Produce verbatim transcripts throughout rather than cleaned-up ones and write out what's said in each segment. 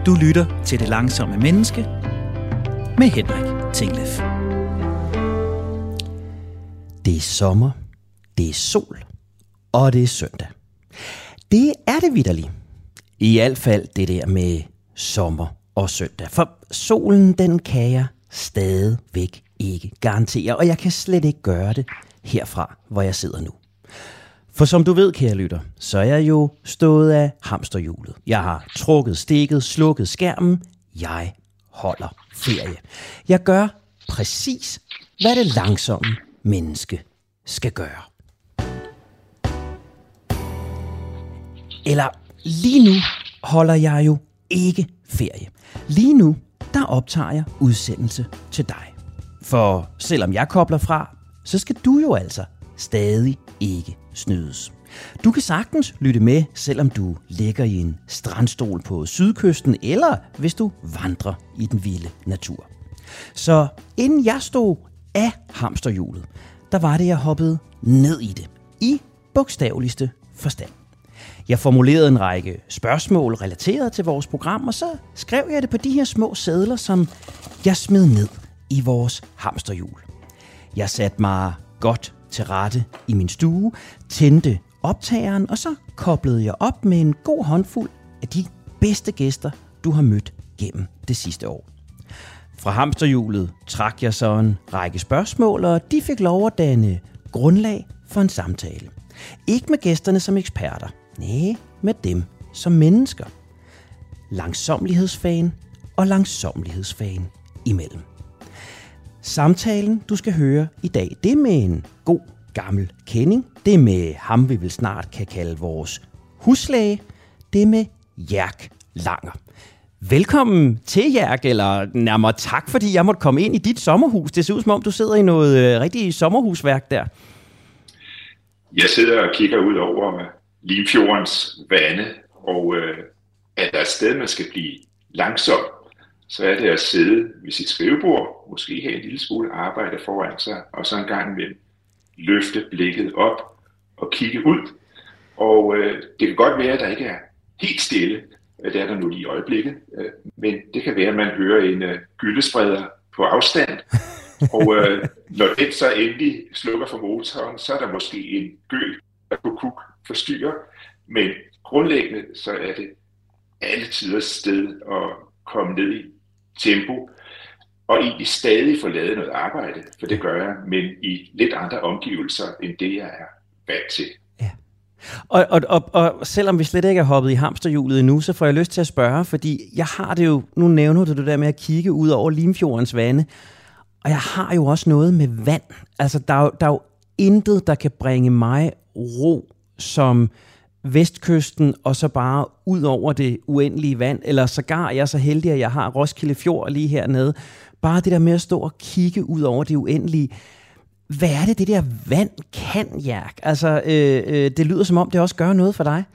Du lytter til Det Langsomme Menneske med Henrik Tinglef. Det er sommer, det er sol, og det er søndag. Det er det vitterligt. I hvert fald det der med sommer og søndag. For solen, den kan jeg stadigvæk ikke garantere, og jeg kan slet ikke gøre det herfra, hvor jeg sidder nu. For som du ved, kære lytter, så er jeg jo stået af hamsterhjulet. Jeg har trukket stikket, slukket skærmen. Jeg holder ferie. Jeg gør præcis, hvad det langsomme menneske skal gøre. Eller lige nu holder jeg jo ikke ferie. Lige nu, der optager jeg udsendelse til dig. For selvom jeg kobler fra, så skal du jo altså stadig ikke snydes. Du kan sagtens lytte med, selvom du ligger i en strandstol på sydkysten, eller hvis du vandrer i den vilde natur. Så inden jeg stod af hamsterhjulet, der var det, jeg hoppede ned i det, i bogstaveligste forstand. Jeg formulerede en række spørgsmål relateret til vores program, og så skrev jeg det på de her små sedler, som jeg smed ned i vores hamsterhjul. Jeg satte mig godt til rette i min stue, tændte optageren, og så koblede jeg op med en god håndfuld af de bedste gæster, du har mødt gennem det sidste år. Fra hamsterhjulet trak jeg så en række spørgsmål, og de fik lov at danne grundlag for en samtale. Ikke med gæsterne som eksperter, nej, med dem som mennesker. Langsomlighedsfan og langsomlighedsfan imellem. Samtalen, du skal høre i dag, det er med en god gammel kending. Det er med ham, vi vel snart kan kalde vores huslæge. Det er med Jerk Langer. Velkommen til, Jerk, eller nærmere tak, fordi jeg måtte komme ind i dit sommerhus. Det ser ud som om, du sidder i noget øh, rigtig sommerhusværk der. Jeg sidder og kigger ud over Limfjordens vande, og øh, er der et sted, man skal blive langsom, så er det at sidde ved sit skrivebord, måske have en lille smule arbejde foran sig, og så en gang imellem løfte blikket op og kigge ud. Og øh, det kan godt være, at der ikke er helt stille, det er der nu lige i øjeblikket, øh, men det kan være, at man hører en øh, gyldespreder på afstand, og øh, når den så endelig slukker for motoren, så er der måske en gø, der kunne kuk forstyrre, men grundlæggende så er det alle tiders sted at komme ned i tempo, og egentlig stadig få lavet noget arbejde, for det gør jeg, men i lidt andre omgivelser, end det jeg er vant til. Ja. Og, og, og, og selvom vi slet ikke er hoppet i hamsterhjulet endnu, så får jeg lyst til at spørge, fordi jeg har det jo, nu nævner du det der med at kigge ud over Limfjordens vande, og jeg har jo også noget med vand. Altså, der er jo, der er jo intet, der kan bringe mig ro som vestkysten, og så bare ud over det uendelige vand, eller sågar jeg er så heldig, at jeg har Roskilde Fjord lige hernede. Bare det der med at stå og kigge ud over det uendelige. Hvad er det, det der vand kan, Jerk? Altså, øh, øh, det lyder som om, det også gør noget for dig.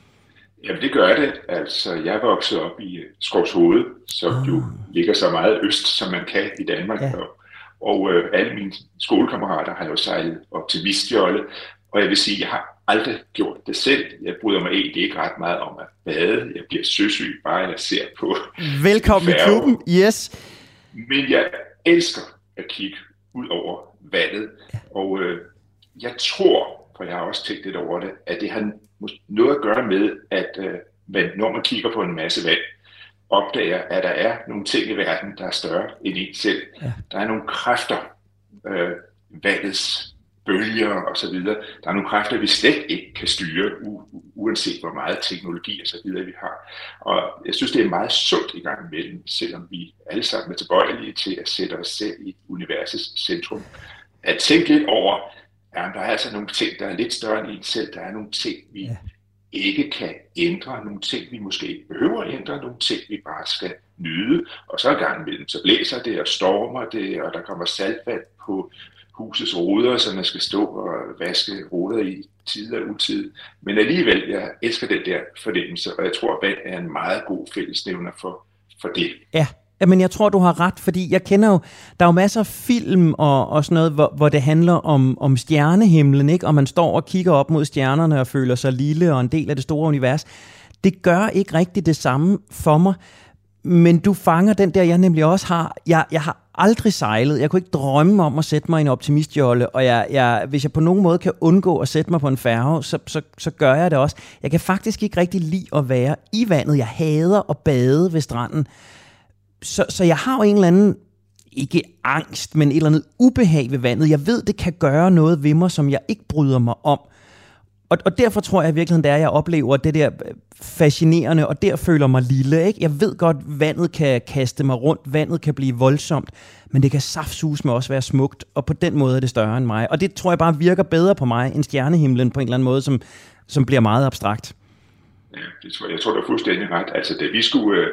Jamen, det gør det. Altså, jeg er vokset op i Skovshoved, som oh. jo ligger så meget øst, som man kan i Danmark. Ja. Og, og øh, alle mine skolekammerater har jo sejlet op til Vistjolle, og jeg vil sige, jeg har aldrig gjort det selv. Jeg bryder mig egentlig ikke ret meget om at bade. Jeg bliver søsyg, bare jeg ser på. Velkommen i klubben, yes. Men jeg elsker at kigge ud over vandet, ja. og øh, jeg tror, for jeg har også tænkt lidt over det, at det har noget at gøre med, at øh, man, når man kigger på en masse vand, opdager, at der er nogle ting i verden, der er større end en selv. Ja. Der er nogle kræfter, øh, vandets bølger og så videre. Der er nogle kræfter, vi slet ikke kan styre, u- uanset hvor meget teknologi og så videre vi har. Og jeg synes, det er meget sundt i gang imellem, selvom vi alle sammen er tilbøjelige til at sætte os selv i universets centrum. At tænke lidt over, ja, der er altså nogle ting, der er lidt større end en selv. Der er nogle ting, vi ja. ikke kan ændre. Nogle ting, vi måske ikke behøver at ændre. Nogle ting, vi bare skal nyde. Og så en gang imellem, så blæser det og stormer det, og der kommer saltvand på husets ruder, så man skal stå og vaske ruder i tid og utid. Men alligevel, jeg elsker den der fornemmelse, og jeg tror, at vand er en meget god fællesnævner for, for det. Ja, men jeg tror, du har ret, fordi jeg kender jo, der er jo masser af film og, og sådan noget, hvor, hvor det handler om, om stjernehimlen, ikke? Og man står og kigger op mod stjernerne og føler sig lille og en del af det store univers. Det gør ikke rigtig det samme for mig. Men du fanger den der, jeg nemlig også har. Jeg, jeg har aldrig sejlet. Jeg kunne ikke drømme om at sætte mig i en optimistjolle, og jeg, jeg, hvis jeg på nogen måde kan undgå at sætte mig på en færge, så, så, så gør jeg det også. Jeg kan faktisk ikke rigtig lide at være i vandet. Jeg hader at bade ved stranden. Så, så jeg har jo en eller anden, ikke angst, men et eller andet ubehag ved vandet. Jeg ved, det kan gøre noget ved mig, som jeg ikke bryder mig om. Og, og derfor tror jeg i virkeligheden, det er, at jeg oplever det der fascinerende, og der føler mig lille. Ikke? Jeg ved godt, at vandet kan kaste mig rundt, vandet kan blive voldsomt, men det kan saftsus med også være smukt, og på den måde er det større end mig. Og det tror jeg bare virker bedre på mig end stjernehimlen på en eller anden måde, som, som bliver meget abstrakt. Ja, det tror jeg, jeg tror, du er fuldstændig ret. Altså, da vi skulle øh,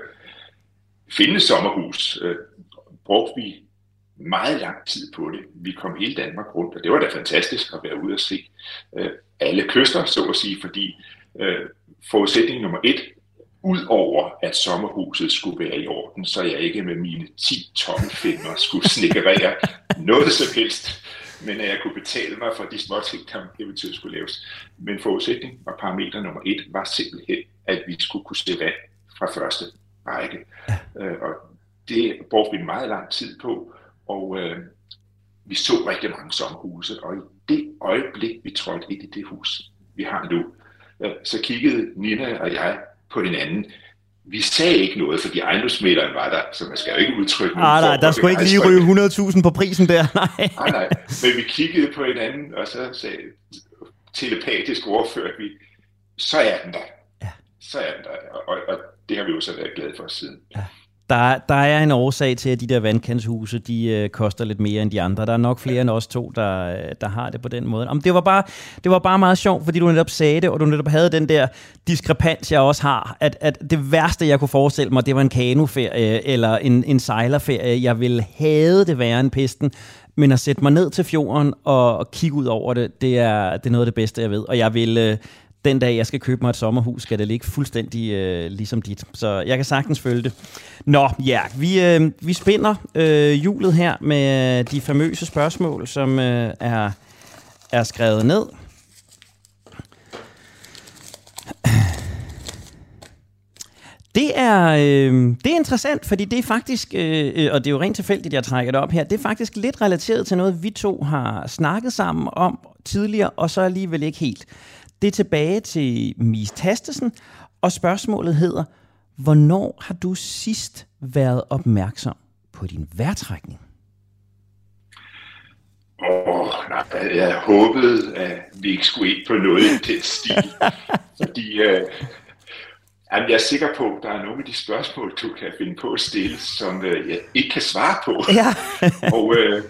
finde sommerhus, øh, brugte vi meget lang tid på det. Vi kom hele Danmark rundt, og det var da fantastisk at være ude og se øh, alle kyster, så at sige, fordi øh, forudsætning nummer et, udover at sommerhuset skulle være i orden, så jeg ikke med mine ti tommelfingre skulle snikkerere noget som helst, men at jeg kunne betale mig for de små ting, der eventuelt skulle laves. Men forudsætning og parameter nummer et var simpelthen, at vi skulle kunne se vand fra første række. Øh, og det brugte vi meget lang tid på, og øh, vi så rigtig mange sommerhuse, og i det øjeblik, vi trådte ind i det hus, vi har nu, øh, så kiggede Nina og jeg på hinanden. Vi sagde ikke noget, fordi ejendomsmægleren var der, så man skal jo ikke udtrykke noget. Ah, nej, der skulle ikke lige ryge hundrede tusind på prisen der, nej. nej, nej, men vi kiggede på hinanden, og så sagde telepatisk overførte vi, så er den der. Ja. Så er den der, og, og det har vi jo så været glade for siden. Ja. Der, der er en årsag til, at de der vandkantshuse, de øh, koster lidt mere end de andre. Der er nok flere end os to, der, der har det på den måde. Om det var bare, det var bare meget sjovt, fordi du netop sagde det, og du netop havde den der diskrepans, jeg også har, at, at det værste, jeg kunne forestille mig, det var en kanoferie eller en, en sejlerferie. Jeg ville hade det værre end pesten, men at sætte mig ned til fjorden og, og kigge ud over det, det er, det er noget af det bedste, jeg ved. Og jeg vil... Øh, den dag, jeg skal købe mig et sommerhus, skal det ligge fuldstændig øh, ligesom dit. Så jeg kan sagtens følge det. Nå, ja, vi, øh, vi spinder øh, hjulet her med de famøse spørgsmål, som øh, er, er skrevet ned. Det er, øh, det er interessant, fordi det er faktisk, øh, og det er jo rent tilfældigt, jeg trækker det op her, det er faktisk lidt relateret til noget, vi to har snakket sammen om tidligere, og så alligevel ikke helt. Det er tilbage til Mies Tastesen, og spørgsmålet hedder, hvornår har du sidst været opmærksom på din vejrtrækning? Åh, oh, nej, jeg håbede, at vi ikke skulle ind på noget i den stil, fordi øh, jeg er sikker på, at der er nogle af de spørgsmål, du kan finde på at stille, som øh, jeg ikke kan svare på. Ja. og øh,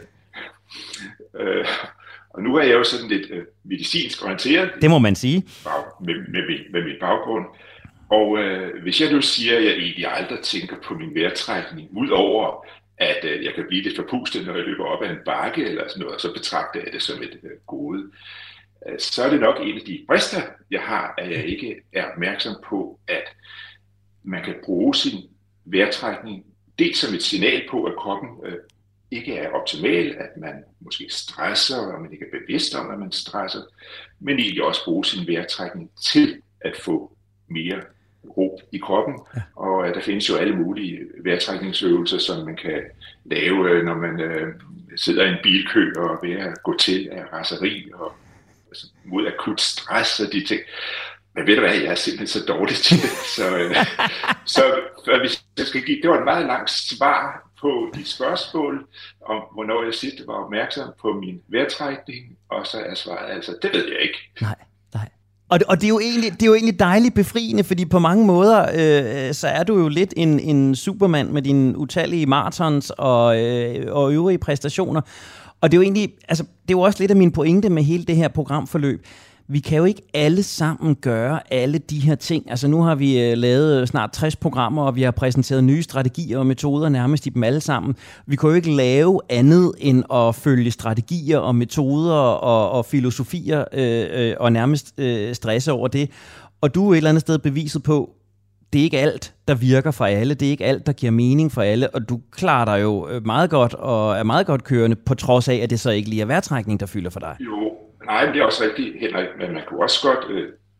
øh, Og nu er jeg jo sådan lidt øh, medicinsk orienteret. Det må man sige. Med, med, med, med min baggrund. Og øh, hvis jeg nu siger, at jeg egentlig aldrig tænker på min vejrtrækning, udover at øh, jeg kan blive lidt forpustet, når jeg løber op ad en bakke eller sådan noget, så betragter jeg det som et øh, gode, øh, så er det nok en af de brister, jeg har, at jeg ikke er opmærksom på, at man kan bruge sin vejrtrækning dels som et signal på, at kroppen øh, ikke er optimal, at man måske stresser, og man ikke er bevidst om, at man stresser, men egentlig også bruge sin vejrtrækning til at få mere ro i kroppen. Ja. Og uh, der findes jo alle mulige vejrtrækningsøvelser, som man kan lave, når man uh, sidder i en bilkø og er ved at gå til af raseri og altså, mod akut stress og de ting. Men ved du hvad, jeg er simpelthen så dårlig til det. Så, uh, så hvis jeg skal give, det var et meget langt svar på de spørgsmål om, hvornår jeg sidst var opmærksom på min vejrtrækning, og så er svaret altså, det ved jeg ikke. Nej, nej. Og, og det, er jo egentlig, det er jo egentlig dejligt befriende, fordi på mange måder, øh, så er du jo lidt en, en supermand med dine utallige marathons og, øh, og øvrige præstationer. Og det er jo egentlig, altså, det er jo også lidt af min pointe med hele det her programforløb. Vi kan jo ikke alle sammen gøre alle de her ting. Altså nu har vi lavet snart tres programmer, og vi har præsenteret nye strategier og metoder nærmest i dem alle sammen. Vi kan jo ikke lave andet end at følge strategier og metoder og, og filosofier øh, øh, og nærmest øh, stresse over det. Og du er et eller andet sted beviset på, det er ikke alt, der virker for alle. Det er ikke alt, der giver mening for alle. Og du klarer dig jo meget godt og er meget godt kørende, på trods af, at det så ikke lige er vejrtrækning, der fylder for dig. Jo. Nej, men det er også rigtigt, Henrik, men man kunne også godt øh,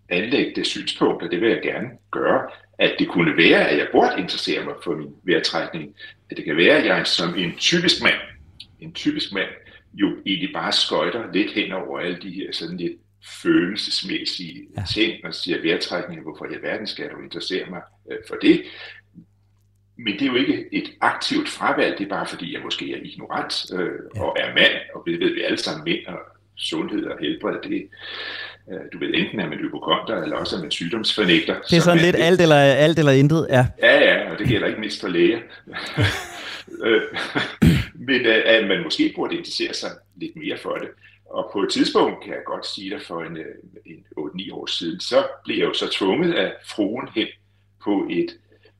anlægge det synspunkt, og det vil jeg gerne gøre, at det kunne være, at jeg burde interessere mig for min vejrtrækning. At det kan være, at jeg som en typisk mand, en typisk mand, jo egentlig bare skøjter lidt hen over alle de her sådan lidt følelsesmæssige ja. ting, og siger vejrtrækning, hvorfor i alverden skal du interessere mig øh, for det? Men det er jo ikke et aktivt fravalg, det er bare fordi, jeg måske er ignorant øh, ja. og er mand, og det ved vi alle sammen, mænd og sundhed og helbred, det øh, du ved, enten er man hypokonter, eller også er man sygdomsfornægter. Det er sådan lidt det. alt eller, alt eller intet, ja. Ja, ja, og det gælder ikke mindst for læger. Men øh, at man måske burde interessere sig lidt mere for det. Og på et tidspunkt, kan jeg godt sige dig, for en, en otte ni år siden, så blev jeg jo så tvunget af fruen hen på et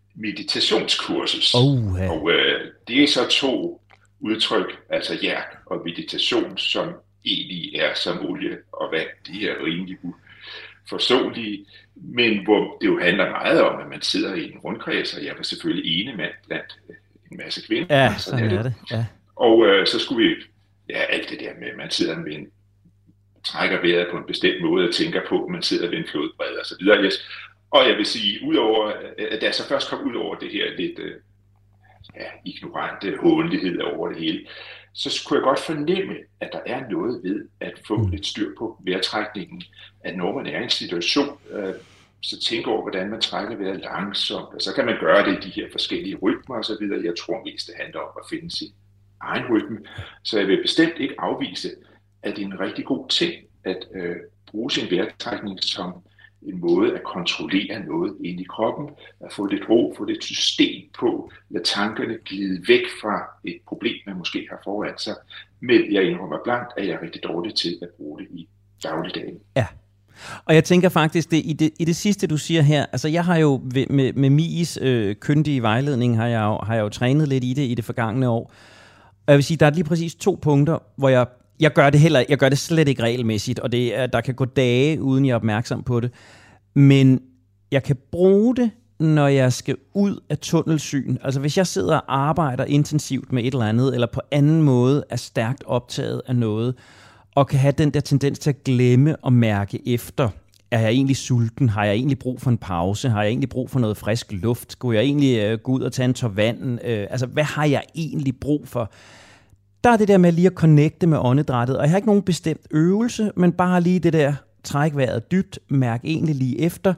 meditationskursus. Oh, ja. Og øh, det er så to udtryk, altså hjerg og meditation, som egentlig er som olie og vand. De er rimelig uforståelige, men hvor det jo handler meget om, at man sidder i en rundkreds, og jeg var selvfølgelig ene mand blandt en masse kvinder. Ja, sådan er det. Er det. Ja. Og øh, så skulle vi, ja, alt det der med, at man sidder med en, trækker vejret på en bestemt måde og tænker på, at man sidder ved en flodbred og så videre. Yes. Og jeg vil sige, udover, da jeg så først kom ud over det her lidt øh, ja, ignorante hånlighed over det hele, så kunne jeg godt fornemme, at der er noget ved at få lidt styr på vejrtrækningen, at når man er i en situation, øh, så tænke over, hvordan man trækker vejret langsomt, og så kan man gøre det i de her forskellige rytmer og så videre. Jeg tror mest, det handler om at finde sin egen rytme. Så jeg vil bestemt ikke afvise, at det er en rigtig god ting at øh, bruge sin vejrtrækning som en måde at kontrollere noget ind i kroppen, at få lidt ro, få lidt system på, lade tankerne glide væk fra et problem, man måske har foran sig. Men jeg indrømmer blankt, at jeg er rigtig dårlig til at bruge det i dagligdagen. Ja. Og jeg tænker faktisk, det, i, det, i det sidste, du siger her, altså jeg har jo med, med Mies øh, kyndige vejledning, har jeg, jo, har jeg jo trænet lidt i det i det forgangne år. Og jeg vil sige, der er lige præcis to punkter, hvor jeg, jeg gør det heller, jeg gør det slet ikke regelmæssigt, og det er, der kan gå dage, uden jeg er opmærksom på det. Men jeg kan bruge det, når jeg skal ud af tunnelsyn. Altså hvis jeg sidder og arbejder intensivt med et eller andet, eller på anden måde er stærkt optaget af noget, og kan have den der tendens til at glemme og mærke efter. Er jeg egentlig sulten? Har jeg egentlig brug for en pause? Har jeg egentlig brug for noget frisk luft? Skulle jeg egentlig øh, gå ud og tage en tår vand? Øh, altså, hvad har jeg egentlig brug for? Der er det der med lige at connecte med åndedrættet, og jeg har ikke nogen bestemt øvelse, men bare lige det der, træk vejret dybt, mærk egentlig lige efter,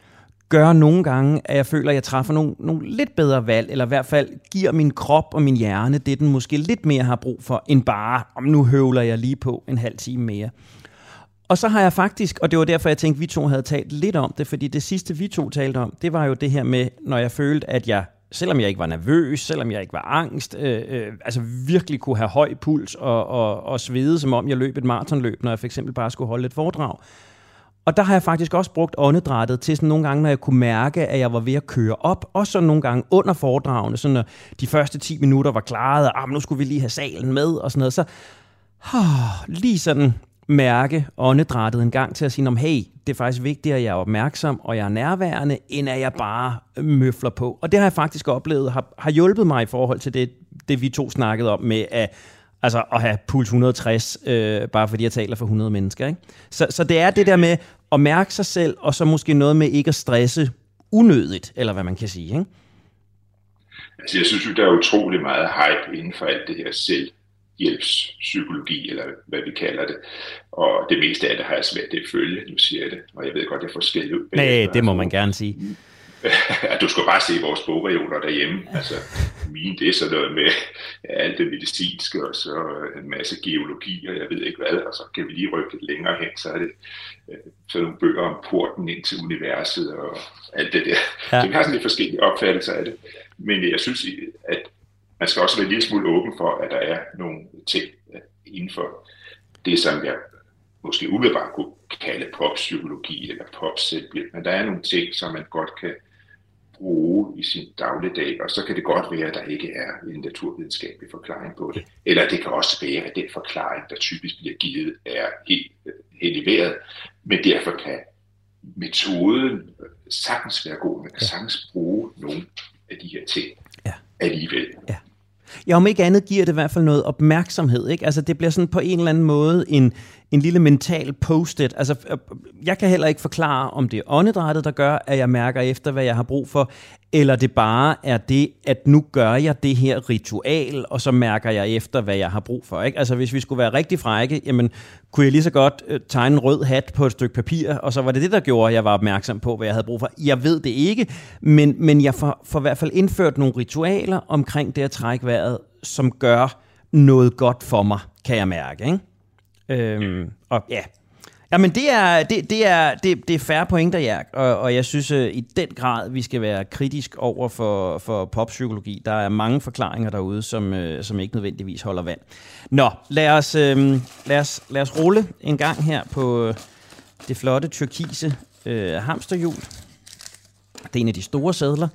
gør nogle gange, at jeg føler, at jeg træffer nogle, nogle lidt bedre valg, eller i hvert fald giver min krop og min hjerne det, den måske lidt mere har brug for, end bare, om nu høvler jeg lige på en halv time mere. Og så har jeg faktisk, og det var derfor, jeg tænkte, at vi to havde talt lidt om det, fordi det sidste, vi to talte om, det var jo det her med, når jeg følte, at jeg, selvom jeg ikke var nervøs, selvom jeg ikke var angst, øh, øh, altså virkelig kunne have høj puls og, og, og svede, som om jeg løb et maratonløb, når jeg for eksempel bare skulle holde et foredrag. Og der har jeg faktisk også brugt åndedrættet til sådan nogle gange, når jeg kunne mærke, at jeg var ved at køre op. Og så nogle gange under foredragene, så når de første ti minutter var klaret, og ah, nu skulle vi lige have salen med og sådan noget. Så oh, lige sådan mærke åndedrættet en gang til at sige, hey, det er faktisk vigtigt, at jeg er opmærksom, og jeg er nærværende, end at jeg bare møfler på. Og det har jeg faktisk oplevet, har, har hjulpet mig i forhold til det, det vi to snakkede om med at Altså at have puls et hundrede og tres, øh, bare fordi jeg taler for hundrede mennesker. Ikke? Så, så det er det der med at mærke sig selv, og så måske noget med ikke at stresse unødigt, eller hvad man kan sige. Ikke? Altså jeg synes jo, der er utrolig meget hype inden for alt det her selvhjælpspsykologi, eller hvad vi kalder det. Og det meste af det har jeg svært til at følge, nu siger jeg det. Og jeg ved godt, jeg får skæld ud. Nej, det må man gerne sige. Du skal bare se vores bogreoler derhjemme. Altså, mine, det er sådan noget med ja, alt det medicinske, og så en masse geologi, og jeg ved ikke hvad, og så kan vi lige rykke lidt længere hen, så er det øh, sådan nogle bøger om porten ind til universet, og alt det der. Ja. Så vi har sådan lidt forskellige opfattelser af det. Men jeg synes, at man skal også være en lille smule åben for, at der er nogle ting inden for det, som jeg måske umiddelbart kunne kalde poppsykologi eller popselvhjælp, men der er nogle ting, som man godt kan bruge i sin dagligdag, og så kan det godt være, at der ikke er en naturvidenskabelig forklaring på det. Eller det kan også være, at den forklaring, der typisk bliver givet, er helt hen i vejret, men derfor kan metoden sagtens være god. Man kan sagtens bruge nogle af de her ting ja. alligevel. Ja. Ja, om ikke andet giver det i hvert fald noget opmærksomhed, ikke? Altså det bliver sådan på en eller anden måde en, en lille mental post-it. Altså, jeg kan heller ikke forklare, om det er åndedrættet, der gør, at jeg mærker efter, hvad jeg har brug for, eller det bare er det, at nu gør jeg det her ritual, og så mærker jeg efter, hvad jeg har brug for. Ikke? Altså, hvis vi skulle være rigtig frække, jamen, kunne jeg lige så godt øh, tegne en rød hat på et stykke papir, og så var det det, der gjorde, at jeg var opmærksom på, hvad jeg havde brug for. Jeg ved det ikke, men, men jeg får, får i hvert fald indført nogle ritualer omkring det at trække vejret, som gør noget godt for mig, kan jeg mærke. Ikke? Øhm, og ja... Jamen, det er, det, det er, det, det er fair pointer, Jerk, og, og jeg synes uh, i den grad, vi skal være kritisk over for, for poppsykologi. Der er mange forklaringer derude, som, uh, som ikke nødvendigvis holder vand. Nå, lad os, uh, lad os, lad os rulle en gang her på uh, det flotte turkise uh, hamsterhjul. Det er en af de store sedler,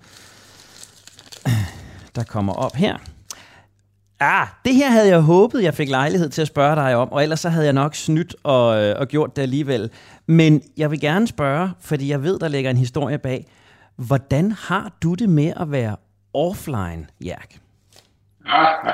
der kommer op her. Ah, det her havde jeg håbet, jeg fik lejlighed til at spørge dig om, og ellers så havde jeg nok snydt og, og gjort det alligevel. Men jeg vil gerne spørge, fordi jeg ved, der ligger en historie bag. Hvordan har du det med at være offline, Jerk? Ah,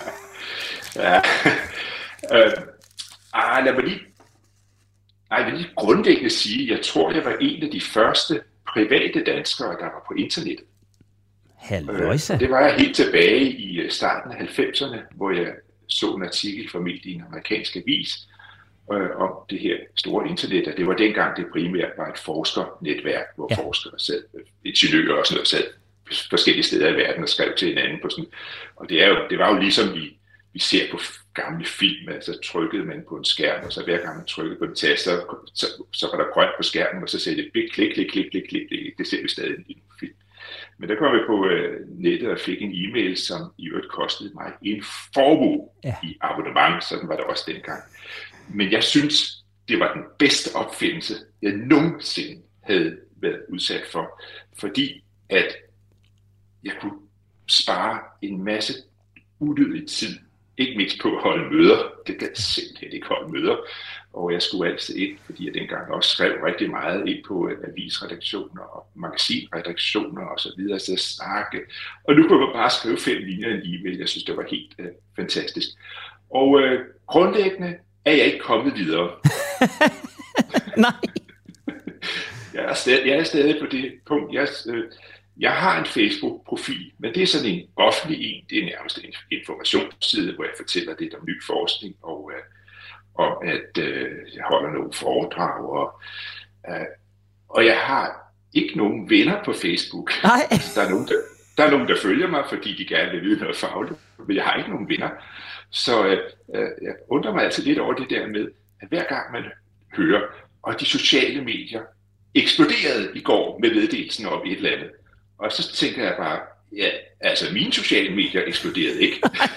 ja. øh, ah, lad mig lige, nej, jeg vil lige grundlæggende sige, jeg tror, jeg var en af de første private danskere, der var på internettet. Halløjsa. Det var jeg helt tilbage i starten af halvfemserne, hvor jeg så en artikel formidlet i en amerikansk avis øh, om det her store internet, og det var dengang det primært var et forskernetværk, hvor ja. forskere sad, ingeniører og sådan noget, sad forskellige steder i verden og skrev til hinanden på sådan. Og det, er jo, det var jo ligesom vi, vi ser på gamle film, altså trykkede man på en skærm, og så hver gang man trykkede på en taster, så, så var der grønt på skærmen, og så sagde det klik, klik, klik, klik, klik, klik, klik. Det ser vi stadig i en film. Men der kom jeg på øh, nettet og fik en e-mail, som i øvrigt kostede mig en formue ja. i abonnement, sådan var det også dengang. Men jeg synes, det var den bedste opfindelse, jeg nogensinde havde været udsat for, fordi at jeg kunne spare en masse unødig tid, ikke mindst på at holde møder. Det kan simpelthen ikke holde møder. Og jeg skulle altid ind, fordi jeg dengang også skrev rigtig meget ind på avisredaktioner og magasinredaktioner og så videre, så snakke. Og nu kunne man bare skrive fem linjer i en e-mail. Jeg synes, det var helt øh, fantastisk. Og øh, grundlæggende er jeg ikke kommet videre. Nej. jeg, er stadig, jeg er stadig på det punkt. Jeg, øh, jeg har en Facebook-profil, men det er sådan en offentlig en. Det er nærmest en informationsside, hvor jeg fortæller lidt om ny forskning og øh, om at øh, jeg holder nogle foredrag, og, øh, og jeg har ikke nogen venner på Facebook. Nej. Der er, nogen, der, der er nogen, der følger mig, fordi de gerne vil vide noget fagligt, men jeg har ikke nogen venner. Så øh, øh, jeg undrer mig altid lidt over det der med, at hver gang man hører, og de sociale medier eksploderede i går med meddelelsen om et eller andet, og så tænker jeg bare, ja, altså mine sociale medier eksploderede ikke.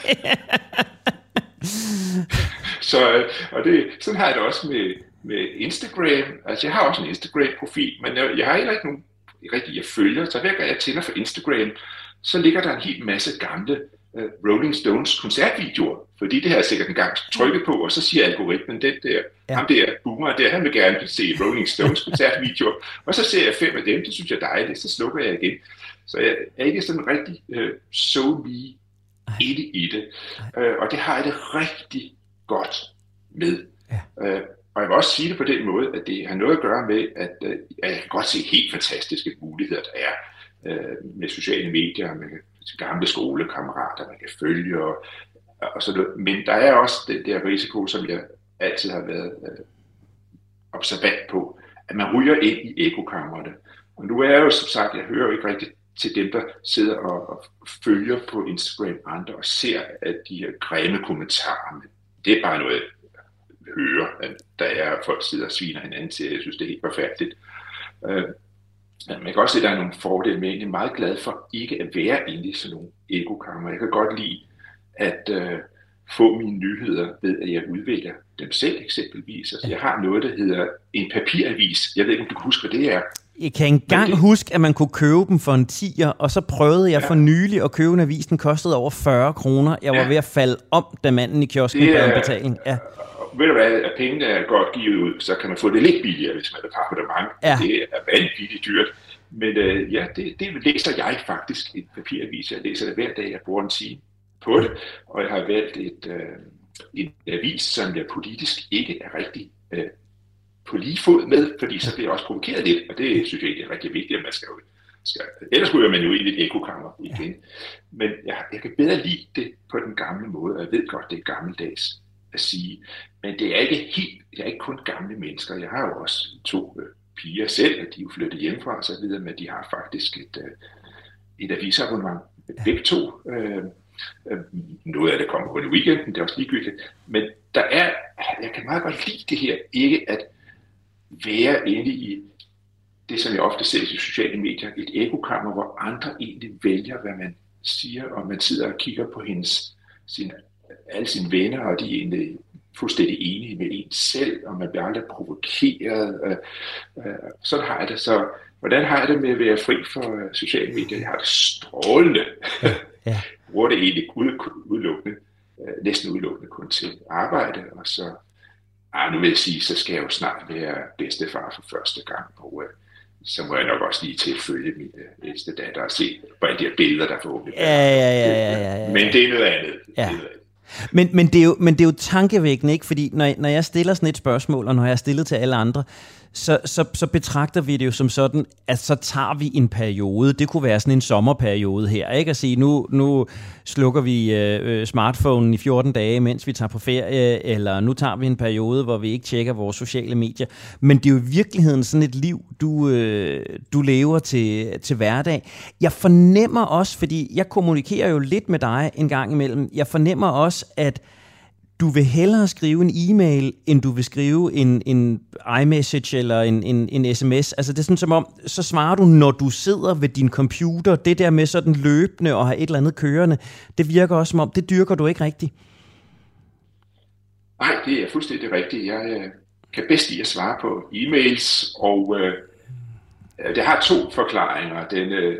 Så, og det, sådan har jeg det også med, med Instagram. Altså, jeg har også en Instagram-profil, men jeg, jeg har heller ikke nogen rigtig, jeg følger. Så hver gang jeg tænder for Instagram, så ligger der en hel masse gamle uh, Rolling Stones koncertvideoer. Fordi det har jeg sikkert engang trykket på, og så siger algoritmen, den der, ja. ham der boomer der, han vil gerne se Rolling Stones koncertvideoer. Og så ser jeg fem af dem, det synes jeg er dejligt, så slukker jeg igen. Så jeg er ikke sådan rigtig uh, so me inde i det. Uh, og det har jeg det rigtig godt med. Ja. Uh, og jeg vil også sige det på den måde, at det har noget at gøre med, at, uh, at jeg kan godt se helt fantastiske muligheder, der er uh, med sociale medier, med gamle skolekammerater, man kan følge og, og sådan noget. Men der er også den der risiko, som jeg altid har været uh, observant på, at man ryger ind i ekokammerne. Og nu er jeg jo som sagt, jeg hører jo ikke rigtig til dem, der sidder og, og følger på Instagram andre og ser at de her grimme kommentarer. Men det er bare noget, jeg hører, at der er folk sidder og sviner hinanden til. Jeg synes, det er helt forfærdeligt. Øh, man kan også se, at der er nogle fordele, men jeg er meget glad for ikke at være inde i sådan nogle ekokammer. Jeg kan godt lide at øh, få mine nyheder ved, at jeg udvælger dem selv eksempelvis. Altså, jeg har noget, der hedder en papiravis. Jeg ved ikke, om du kan huske, hvad det er. Jeg kan engang det... huske, at man kunne købe dem for en tier, og så prøvede jeg ja. for nylig at købe en avis. Den kostede over fyrre kroner. Jeg var ja. ved at falde om, da manden i kiosken bad en betaling. Ja. Ved du hvad, at pengene er godt givet ud, så kan man få det lidt billigere, hvis man er par på det mange. Ja. Det er vanvittigt dyrt. Men øh, ja, det, det læser jeg faktisk en papiravis. Jeg læser det hver dag, jeg bruger en time på det. Og jeg har valgt et, øh, en avis, som jeg politisk ikke er rigtig øh, på lige fod med, fordi så bliver jeg også provokeret lidt, og det synes jeg ikke er rigtig vigtigt, at man skal jo skal, ellers ryger man jo ind i et ekokammer igen. Ja. Men jeg, jeg kan bedre lide det på den gamle måde, og jeg ved godt, det er gammeldags at sige, men det er ikke helt, jeg er ikke kun gamle mennesker, jeg har jo også to øh, piger selv, og de er jo flyttet hjemmefra og så videre, men de har faktisk et, øh, et avisabonnement, begge to. Øh, øh, noget af det kommer kun i weekenden, det er også ligegyldigt, men der er, jeg kan meget godt lide det her, ikke at være inde i det, som jeg ofte ser i sociale medier, et ekokammer, hvor andre egentlig vælger, hvad man siger, og man sidder og kigger på hendes, sine, alle sine venner, og de er egentlig fuldstændig enige med en selv, og man bliver aldrig provokeret. Øh, øh, sådan har jeg det. Så hvordan har jeg det med at være fri for sociale medier? Jeg har det strålende. Ja, ja. Hvor det egentlig udelukkende, øh, næsten udelukkende kun til arbejde, og så, ah, nu vil jeg sige, så skal jeg jo snart være bedstefar for første gang, og øh, så må jeg nok også lige til at følge min øh, ældste datter og se på alle de her billeder, der forhåbentlig ja, ja, ja, ja, ja, ja. Men det er noget andet. Ja. Det er noget andet. Men, men, det er jo, men det er jo tankevækkende, ikke? Fordi når, når jeg stiller sådan et spørgsmål, og når jeg er stillet til alle andre, så, så, så betragter vi det jo som sådan, at så tager vi en periode. Det kunne være sådan en sommerperiode her, ikke? At sige, nu, nu slukker vi øh, smartphonen i fjorten dage, mens vi tager på ferie, eller nu tager vi en periode, hvor vi ikke tjekker vores sociale medier. Men det er jo i virkeligheden sådan et liv, du, øh, du lever til, til hverdag. Jeg fornemmer også, fordi jeg kommunikerer jo lidt med dig en gang imellem, jeg fornemmer også, at du vil hellere skrive en e-mail, end du vil skrive en, en iMessage eller en, en, en sms. Altså det er sådan som om, så svarer du, når du sidder ved din computer. Det der med sådan løbende og have et eller andet kørende, det virker også som om, det dyrker du ikke rigtigt. Nej, det er fuldstændig rigtigt. Jeg øh, kan bedst lide at svare på e-mails, og øh, det har to forklaringer. Den øh,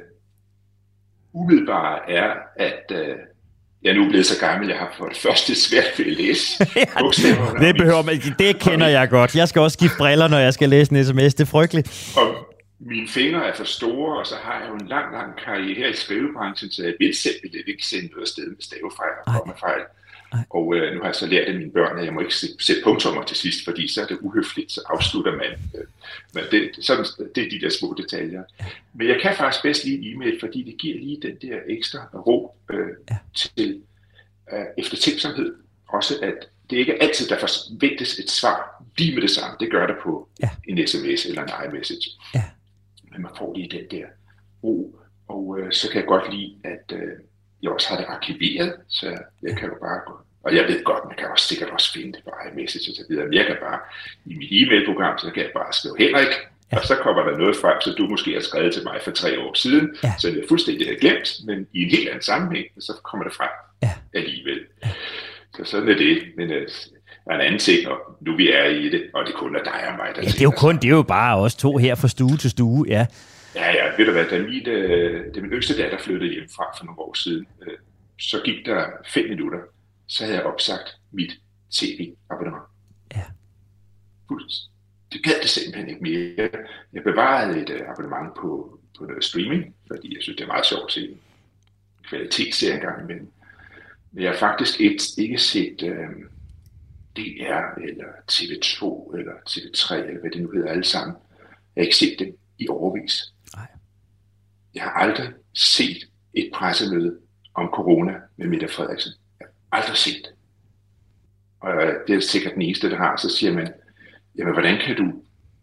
umiddelbare er, at øh, jeg er nu blevet så gammel, jeg har for det første svært ved at læse bogstaverne. det, behøver man, det kender jeg godt. Jeg skal også skifte briller, når jeg skal læse en sms. Det er frygteligt. Og mine fingre er for store, og så har jeg jo en lang, lang karriere her i skrivebranchen, så jeg vil simpelthen ikke sende noget afsted med stavefejl og kommafejl. Og øh, nu har jeg så lært af mine børn, at jeg må ikke sætte punktummer til sidst, fordi så er det uhøfligt, så afslutter man. Øh, men det, sådan, det er de der små detaljer. Men jeg kan faktisk bedst lide e-mail, fordi det giver lige den der ekstra ro øh, ja. til øh, eftertænksomhed. Også at det ikke er altid, der forventes et svar lige med det samme. Det gør det på ja. en sms eller en iMessage. Ja. Men man får lige den der ro, og øh, så kan jeg godt lide, at øh, jeg også har det arkiveret, så jeg kan jo bare gå. Og jeg ved godt, man kan også sikkert også finde det på iMessage og så videre, men jeg kan bare, i mit e-mailprogram, så kan jeg bare skrive Henrik, ja. Og så kommer der noget frem, så du måske har skrevet til mig for tre år siden, ja. Så jeg fuldstændig har glemt, men i en helt anden sammenhæng, så kommer det frem ja. Alligevel. Så sådan er det, men uh, der er en anden ting, og nu vi er i det, og det kun er dig og mig, der ja, det er jo kun, det er jo bare os to her fra stue til stue, ja. Ja, ja, ved du hvad, da min, øh, da min yngste datter flyttede hjemmefra for nogle år siden, øh, så gik der fem minutter, så havde jeg opsagt mit tv-abonnement. Ja. Det gad det simpelthen ikke mere. Jeg bevarede et øh, abonnement på, på noget streaming, fordi jeg synes, det er meget sjovt at se en kvalitetsserie engang imellem. Men jeg har faktisk et, ikke set øh, D R eller T V to eller T V tre, eller hvad det nu hedder alle sammen. Jeg har ikke set dem i overvis. Nej. Jeg har aldrig set et pressemøde om corona med Mette Frederiksen. Jeg har aldrig set det. Og det er sikkert den eneste, der har. Så siger man, jamen hvordan kan du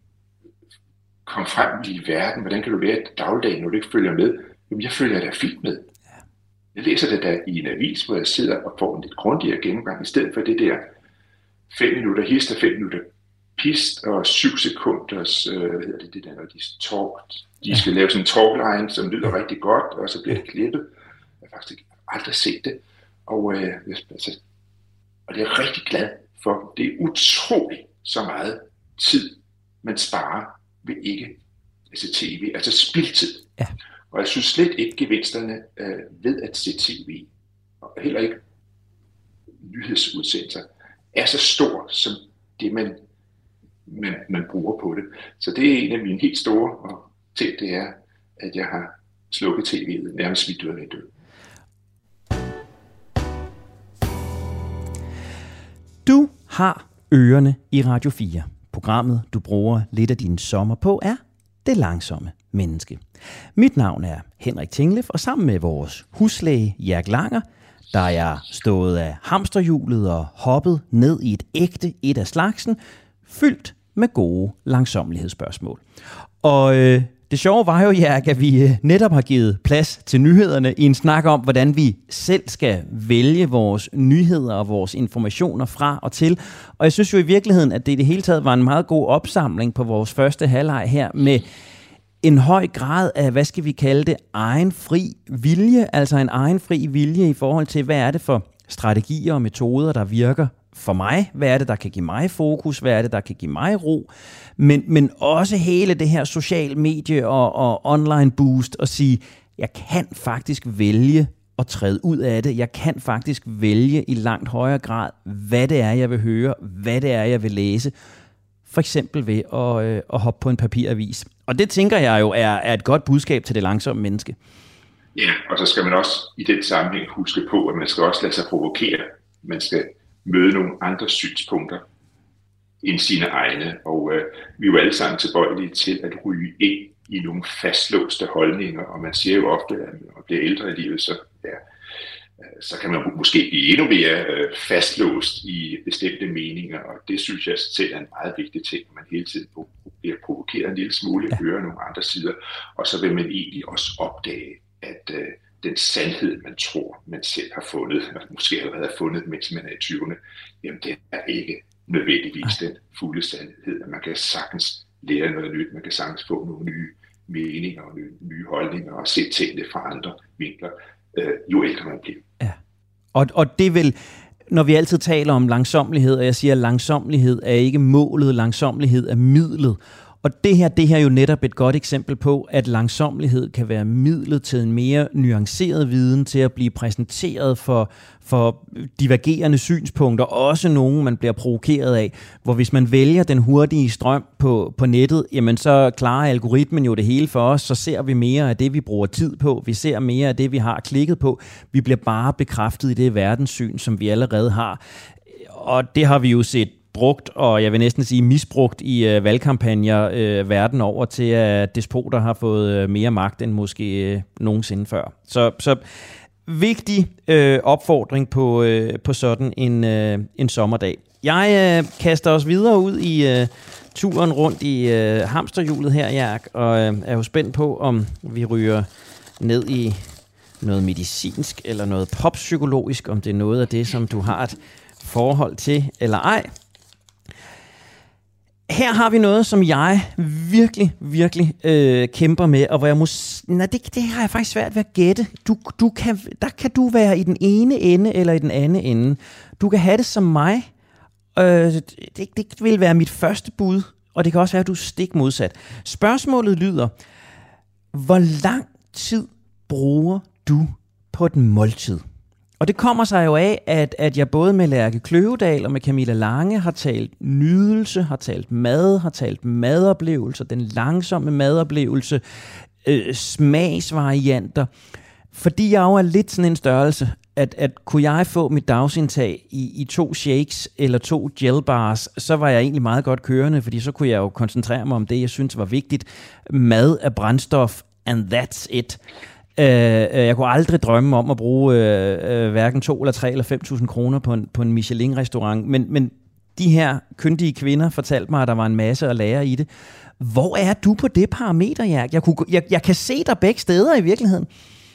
komme frem i verden? Hvordan kan du være et dagligdag, når du ikke følger med? Jamen jeg følger da fint med. Jeg læser det der i en avis, hvor jeg sidder og får en lidt grundigere gennemgang, i stedet for det der fem minutter hist og fem minutter pist og syv sekunders, øh, hvad hedder det, det der, når de talk, de skal lave sådan en talkline, som lyder rigtig godt, og så bliver det klippet. Jeg har faktisk aldrig set det, og, øh, altså, og det er jeg rigtig glad for. Det er utroligt så meget tid, man sparer ved ikke altså tv, altså spildtid. Ja. Og jeg synes slet ikke gevinsterne øh, ved at se tv, og heller ikke nyhedsudsendelser, er så stor som det, man Man, man bruger på det. Så det er en af mine helt store ting, det er, at jeg har slukket tv'et, nærmest smidt ud af vinduet. Du har ørerne i Radio fire. Programmet, du bruger lidt af din sommer på, er Det Langsomme Menneske. Mit navn er Henrik Tinglef, og sammen med vores huslæge Jørg Langer, der er jeg stået af hamsterhjulet og hoppet ned i et ægte et af slagsen, fyldt med gode langsommelighedsspørgsmål. Og øh, det sjove var jo, Jørg, at vi øh, netop har givet plads til nyhederne i en snak om, hvordan vi selv skal vælge vores nyheder og vores informationer fra og til. Og jeg synes jo i virkeligheden, at det i det hele taget var en meget god opsamling på vores første halvleg her med en høj grad af, hvad skal vi kalde det, egen fri vilje, altså en egen fri vilje i forhold til, hvad er det for strategier og metoder, der virker for mig, hvad er det, der kan give mig fokus, hvad er det, der kan give mig ro, men, men også hele det her social medie og, og online boost og sige, jeg kan faktisk vælge at træde ud af det, jeg kan faktisk vælge i langt højere grad, hvad det er, jeg vil høre, hvad det er, jeg vil læse, for eksempel ved at, øh, at hoppe på en papiravis. Og det tænker jeg jo er, er et godt budskab til det langsomme menneske. Ja, og så skal man også i den sammenhæng huske på, at man skal også lade sig provokere. Man skal møde nogle andre synspunkter end sine egne, og øh, vi er jo alle sammen tilbøjelige til at ryge ind i nogle fastlåste holdninger, og man siger jo ofte, at når man bliver ældre i livet, så, ja, så kan man måske blive endnu mere øh, fastlåst i bestemte meninger, og det synes jeg selv er en meget vigtig ting, at man hele tiden bliver provokeret en lille smule, ja. Hører nogle andre sider, og så vil man egentlig også opdage, at øh, den sandhed, man tror, man selv har fundet, og måske allerede har fundet, mens man er i tyverne, jamen det er ikke nødvendigvis den fulde sandhed, at man kan sagtens lære noget nyt, man kan sagtens få nogle nye meninger og nye, nye holdninger og se tingene fra andre vinkler, øh, jo ældre man bliver. Ja. Og, og det vil, når vi altid taler om langsommelighed, og jeg siger, at langsommelighed er ikke målet, langsommelighed er midlet. Og det her, det her er jo netop et godt eksempel på, at langsommelighed kan være midlet til en mere nuanceret viden, til at blive præsenteret for, for divergerende synspunkter, også nogen, man bliver provokeret af. Hvor hvis man vælger den hurtige strøm på, på nettet, jamen så klarer algoritmen jo det hele for os, så ser vi mere af det, vi bruger tid på, vi ser mere af det, vi har klikket på. Vi bliver bare bekræftet i det verdenssyn, som vi allerede har. Og det har vi jo set brugt, og jeg vil næsten sige misbrugt i øh, valgkampagner øh, verden over til, at despoter har fået øh, mere magt end måske øh, nogensinde før. Så, så vigtig øh, opfordring på, øh, på sådan en, øh, en sommerdag. Jeg øh, kaster os videre ud i øh, turen rundt i øh, hamsterhjulet her, Jørg, og øh, er jo spændt på, om vi ryger ned i noget medicinsk eller noget poppsykologisk, om det er noget af det, som du har et forhold til eller ej. Her har vi noget, som jeg virkelig, virkelig øh, kæmper med, og hvor jeg muss... Nej, det, det har jeg faktisk svært ved at gætte. Du, du kan, der kan du være i den ene ende eller i den anden ende. Du kan have det som mig. Øh, det, det vil være mit første bud, og det kan også være, at du er stik modsat. Spørgsmålet lyder, hvor lang tid bruger du på et måltid? Og det kommer sig jo af, at, at jeg både med Lærke Kløvedal og med Camilla Lange har talt nydelse, har talt mad, har talt madoplevelser, den langsomme madoplevelse, øh, smagsvarianter. Fordi jeg jo er lidt sådan en størrelse, at, at kunne jeg få mit dagsindtag i, i to shakes eller to gelbars, så var jeg egentlig meget godt kørende, fordi så kunne jeg jo koncentrere mig om det, jeg synes var vigtigt. Mad er brændstof, and that's it. Uh, jeg kunne aldrig drømme om at bruge uh, uh, hverken to eller tre eller fem tusind kroner på en, på en Michelin-restaurant, men, men de her kyndige kvinder fortalte mig, at der var en masse at lære i det. Hvor er du på det parameter, Jørg? Jeg, kunne, jeg, jeg kan se dig begge steder i virkeligheden.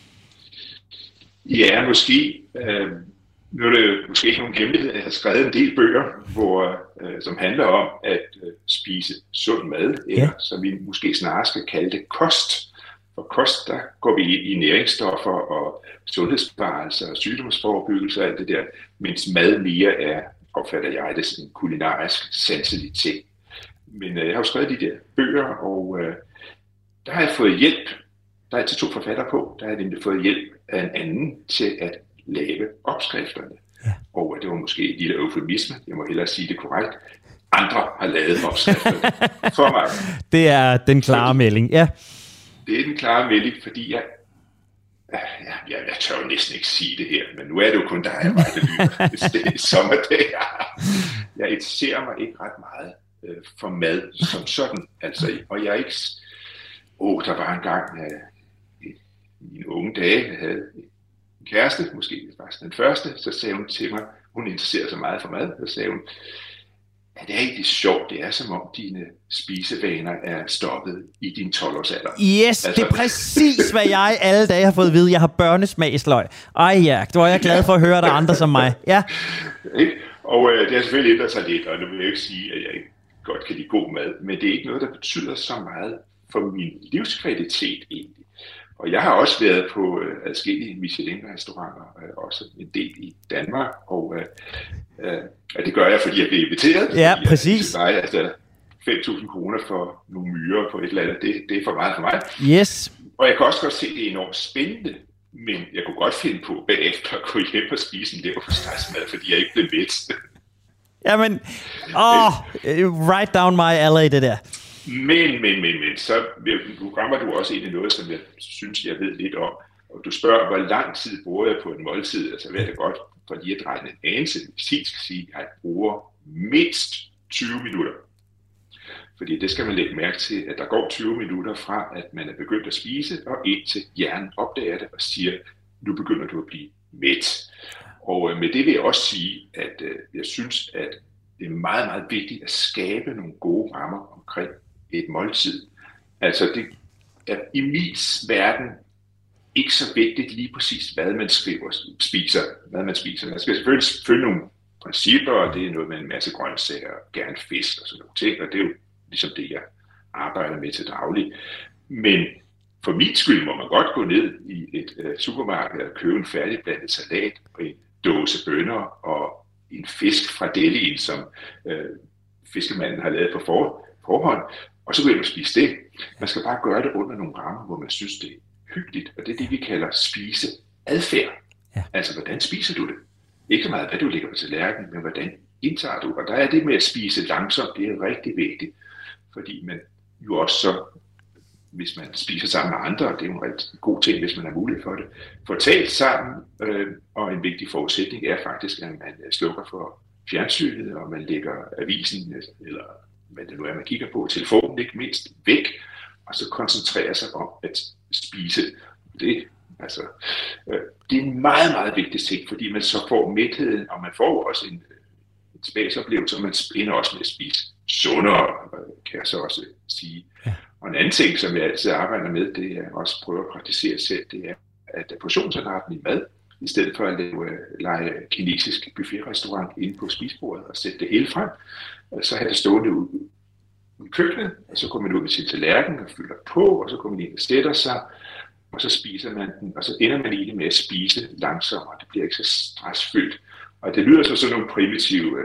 Ja, måske. Øh, nu er det måske ikke nogen hemmelighed. Jeg har skrevet en del bøger, hvor, øh, som handler om at øh, spise sund mad, eller ja. Som vi måske snarere skal kalde det kost. For kost, der går vi ind i næringsstoffer og sundhedsbevarelse og sygdomsforebyggelse og alt det der, mens mad mere er, opfatter jeg det, som en kulinarisk sanselig ting. Men øh, jeg har jo skrevet de der bøger, og øh, der har jeg fået hjælp. Der er til to forfattere på. Der har jeg nemlig fået hjælp af en anden til at lave opskrifterne. Ja. Og det var måske et lille eufemisme, jeg må hellere sige det korrekt. Andre har lavet opskrifterne for mig. Det er den klare melding, ja. Det er den klare melding, fordi jeg Ja, jeg, jeg tør jo næsten ikke sige det her, men nu er det jo kun dig og mig, der lytter, hvis det er sommerdag. Jeg interesserer mig ikke ret meget øh, for mad som sådan. Altså, og jeg er ikke... Åh, oh, der var en gang øh, i mine unge dage, jeg havde en kæreste, måske faktisk den første, så sagde hun til mig, hun interesserer sig meget for mad, så sagde hun, ja, det er ikke sjovt, det er som om dine spisevaner er stoppet i din tolv-års alder. Yes, altså, det er præcis, hvad jeg alle dage har fået at vide. Jeg har børnesmagsløg. Ej ja, du er jeg glad for at høre, der er andre som mig. Ja. Og øh, det har selvfølgelig ændret sig lidt, og nu vil jeg ikke sige, at jeg ikke godt kan lide god mad, men det er ikke noget, der betyder så meget for min livskvalitet egentlig. Og jeg har også været på øh, adskillige Michelin-restauranter, øh, også en del i Danmark, og øh, øh, det gør jeg, fordi jeg bliver inviteret. Ja, fordi præcis. Jeg, altså, fem tusind kroner for nogle myrer på et eller andet, det, det er for meget for mig. Yes. Og jeg kan også godt se, at det er enormt spændende, men jeg kunne godt finde på bagefter at gå hjem og spise en leverpostejsmad, fordi jeg ikke blev mæt. Jamen, åh, right down my alley, det der. Men, men, men, men, så nu rammer du også ind i noget, som jeg synes, jeg ved lidt om. Og du spørger, hvor lang tid bruger jeg på en måltid? Altså, hvad er det godt for lige at dreje en anelse medicinsk sige, at jeg bruger mindst tyve minutter. Fordi det skal man lægge mærke til, at der går tyve minutter fra, at man er begyndt at spise, og indtil hjernen opdager det og siger, nu begynder du at blive mæt. Og med det vil jeg også sige, at jeg synes, at det er meget, meget vigtigt at skabe nogle gode rammer omkring et måltid. Altså det er i min verden ikke så vigtigt lige præcis, hvad man skriver, spiser, hvad man spiser. Man skal selvfølgelig følge nogle principper, og det er noget med en masse grøntsager, gerne fisk og sådan nogle ting, og det er jo ligesom det, jeg arbejder med til daglig. Men for min skyld må man godt gå ned i et uh, supermarked og købe en færdigblandet salat og en dåse bønner og en fisk fra delien, som uh, fiskemanden har lavet på for, forhånd, og så vil man spise det. Man skal bare gøre det under nogle rammer, hvor man synes, det er hyggeligt, og det er det, vi kalder spiseadfærd. Ja. Altså, hvordan spiser du det? Ikke så meget, hvad du lægger på tallerkenen, men hvordan indtager du? Og der er det med at spise langsomt, det er rigtig vigtigt, fordi man jo også så, hvis man spiser sammen med andre, det er jo en rigtig god ting, hvis man har mulighed for det, får talt sammen, øh, og en vigtig forudsætning er faktisk, at man slukker for fjernsynet, og man lægger avisen, eller hvad det nu er, man kigger på, telefonen ikke mindst, væk, og så koncentrerer sig om at spise. Det, altså, øh, det er en meget, meget vigtig ting, fordi man så får mætheden, og man får også en, en spagsoplevelse, og man ender også med at spise sundere, kan jeg så også sige. Ja. Og en anden ting, som jeg altid arbejder med, det er også prøve at praktisere selv, det er, at portionsanarten i mad, i stedet for at lave, lege kinesisk buffetrestaurant inde på spisebordet og sætte det hele frem, så har det stående ude i køkkenet, og så kommer man ud med sin tallerken og fylder på, og så kommer man ind og sætter sig, og så spiser man den, og så ender man egentlig med at spise langsommere. Det bliver ikke så stressfyldt. Og det lyder så sådan nogle primitive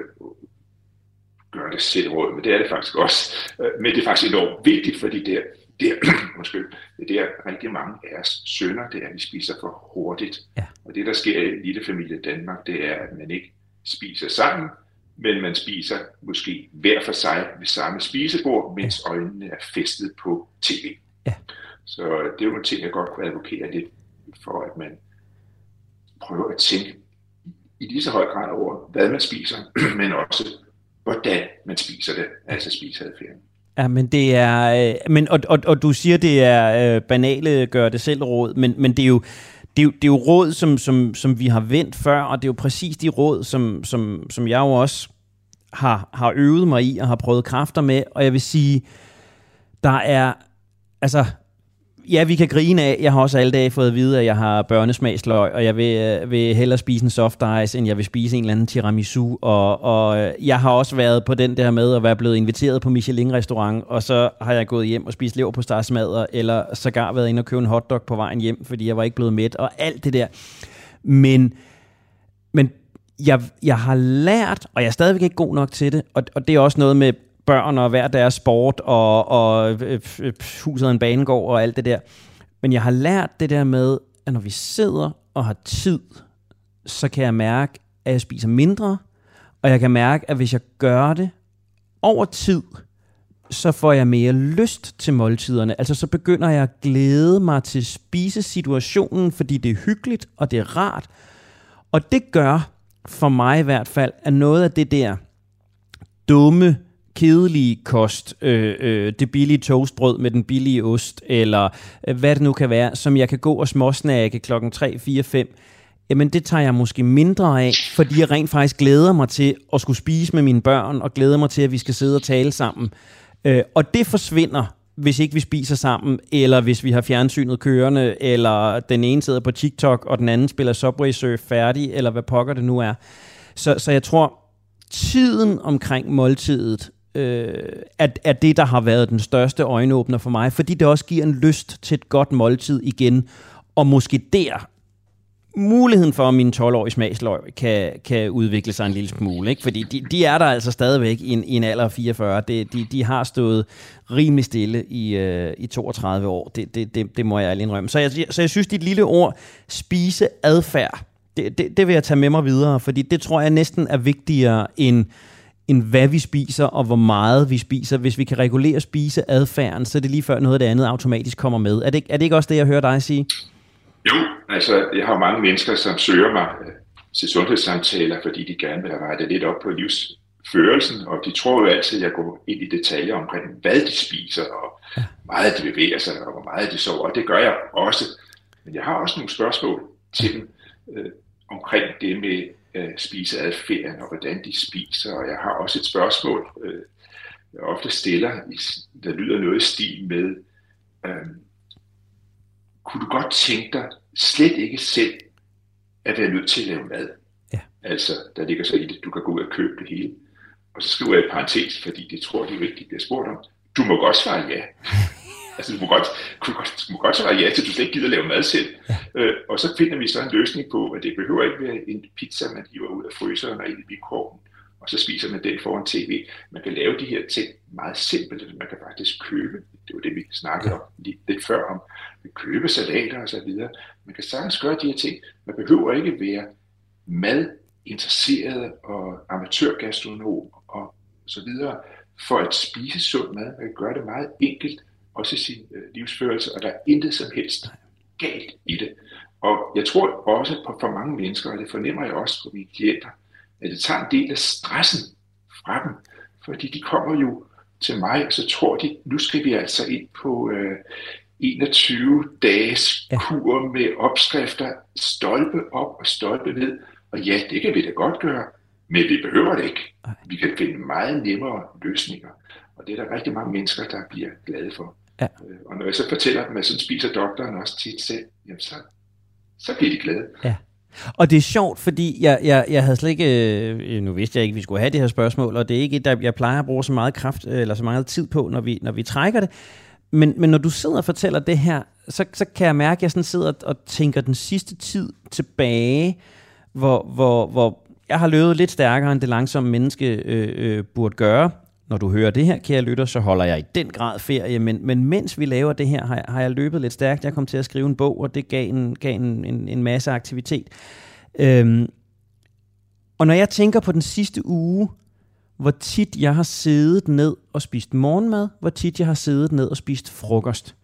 gør det selv råd, men det er det faktisk også. Men det er faktisk enormt vigtigt, fordi det er, det er, undskyld, det er rigtig mange af os sønner, det er, at vi spiser for hurtigt. Ja. Og det, der sker i lille familie Danmark, det er, at man ikke spiser sammen, men man spiser måske hver for sig ved samme spisebord, mens ja. øjnene er festet på tv. Ja. Så det er jo en ting, jeg godt kunne advokere lidt for, at man prøver at tænke i lige så høj grad over, hvad man spiser, men også hvordan man spiser det, altså spiseadfærden. Ja, men det er, øh, men, og, og, og du siger, det er øh, banale gør det selv råd, men, men det er jo, det er jo, det er jo råd, som, som, som vi har vendt før, og det er jo præcis de råd, som, som, som jeg jo også har, har øvet mig i og har prøvet kræfter med, og jeg vil sige, der er, altså, ja, vi kan grine af, jeg har også alle dage fået at vide, at jeg har børnesmagsløg, og jeg vil, vil hellere spise en soft ice, end jeg vil spise en eller anden tiramisu, og, og jeg har også været på den der med at være blevet inviteret på Michelin-restaurant, og så har jeg gået hjem og spist leverpostejsmadder, eller sågar været inde og købe en hotdog på vejen hjem, fordi jeg var ikke blevet mæt, og alt det der. Men, men jeg, jeg har lært, og jeg er stadigvæk ikke god nok til det, og, og det er også noget med børn og hver deres sport og, og øh, huset en banegård og alt det der. Men jeg har lært det der med, at når vi sidder og har tid, så kan jeg mærke, at jeg spiser mindre, og jeg kan mærke, at hvis jeg gør det over tid, så får jeg mere lyst til måltiderne. Altså så begynder jeg at glæde mig til spisesituationen, fordi det er hyggeligt, og det er rart. Og det gør, for mig i hvert fald, at noget af det der dumme, kedelige kost, øh, øh, det billige toastbrød med den billige ost, eller øh, hvad det nu kan være, som jeg kan gå og småsnakke klokken tre, fire, fem, jamen det tager jeg måske mindre af, fordi jeg rent faktisk glæder mig til at skulle spise med mine børn, og glæder mig til, at vi skal sidde og tale sammen. Øh, og det forsvinder, hvis ikke vi spiser sammen, eller hvis vi har fjernsynet kørende, eller den ene sidder på TikTok, og den anden spiller Subway Surf færdig, eller hvad pokker det nu er. Så, så jeg tror, tiden omkring måltidet øh, er, er det, der har været den største øjenåbner for mig, fordi det også giver en lyst til et godt måltid igen, og måske der muligheden for, at mine tolv-årige smagsløg kan, kan udvikle sig en lille smule, ikke? Fordi de, de er der altså stadigvæk i en, i en alder af fireogfyrre. De, de, de har stået rimelig stille i, øh, i toogtredive år. Det, det, det, det må jeg ærligt indrømme. Så jeg, så jeg synes, dit lille ord, spiseadfærd, det, det, det vil jeg tage med mig videre, fordi det tror jeg næsten er vigtigere end, end hvad vi spiser og hvor meget vi spiser. Hvis vi kan regulere spiseadfærden, så er det lige før noget af det andet automatisk kommer med. Er det, er det ikke også det, jeg hører dig sige? Jo, altså jeg har mange mennesker, som søger mig øh, til sundhedssamtaler, fordi de gerne vil have rettet lidt op på livsførelsen, og de tror jo altid, at jeg går ind i detaljer omkring, hvad de spiser, og hvor meget de bevæger sig, og hvor meget de sover, og det gør jeg også. Men jeg har også nogle spørgsmål til dem øh, omkring det med øh, spiseadfærden, og hvordan de spiser, og jeg har også et spørgsmål, øh, jeg ofte stiller, der lyder noget i stil med, øh, kunne du godt tænke dig slet ikke selv at være nødt til at lave mad? Ja. Altså, der ligger så i det, du kan gå ud og købe det hele. Og så skriver jeg et parentes, fordi det tror de vigtigt, bliver spurgt om. Du må godt svare ja. altså, du må godt, du må godt, du må godt svare ja, til du slet ikke gider lave mad selv. Ja. Øh, og så finder vi så en løsning på, at det behøver ikke være en pizza, man hiver ud af fryseren og ind i mikroovnen, og så spiser man den foran tv. Man kan lave de her ting meget simpelt. Man kan faktisk købe, det var det, vi snakkede om lidt, lidt før om, købe salater og så videre. Man kan sagtens gøre de her ting. Man behøver ikke være madinteresseret og amatørgastronom og så videre for at spise sund mad. Man kan gøre det meget enkelt, også i sin øh, livsførelse, og der er intet som helst galt i det. Og jeg tror også på for mange mennesker, og det fornemmer jeg også på mine klienter, at det tager en del af stressen fra dem, fordi de kommer jo til mig, og så tror de, nu skal vi altså ind på øh, enogtyve dages kur med opskrifter, stolpe op og stolpe ned, og ja, det kan vi da godt gøre, men vi behøver det ikke. Vi kan finde meget nemmere løsninger, og det er der rigtig mange mennesker, der bliver glade for. Ja. Og når jeg så fortæller dem, at sådan spiser doktoren også tit selv, jamen så, så bliver de glade. Ja. Og det er sjovt, fordi jeg, jeg, jeg havde slet ikke, øh, nu vidste jeg ikke, at vi skulle have det her spørgsmål, og det er ikke et, der jeg plejer at bruge så meget kraft, eller så meget tid på, når vi, når vi trækker det. Men, men når du sidder og fortæller det her, så, så kan jeg mærke, at jeg sådan sidder og tænker den sidste tid tilbage, hvor, hvor, hvor jeg har løbet lidt stærkere, end det langsomme menneske øh, øh, burde gøre. Når du hører det her, kære lytter, så holder jeg i den grad ferie, men, men mens vi laver det her, har jeg, har jeg løbet lidt stærkt. Jeg kom til at skrive en bog, og det gav en, gav en, en, en masse aktivitet. Øhm, og når jeg tænker på den sidste uge, hvor tit jeg har siddet ned og spist morgenmad, hvor tit jeg har siddet ned og spist frokost,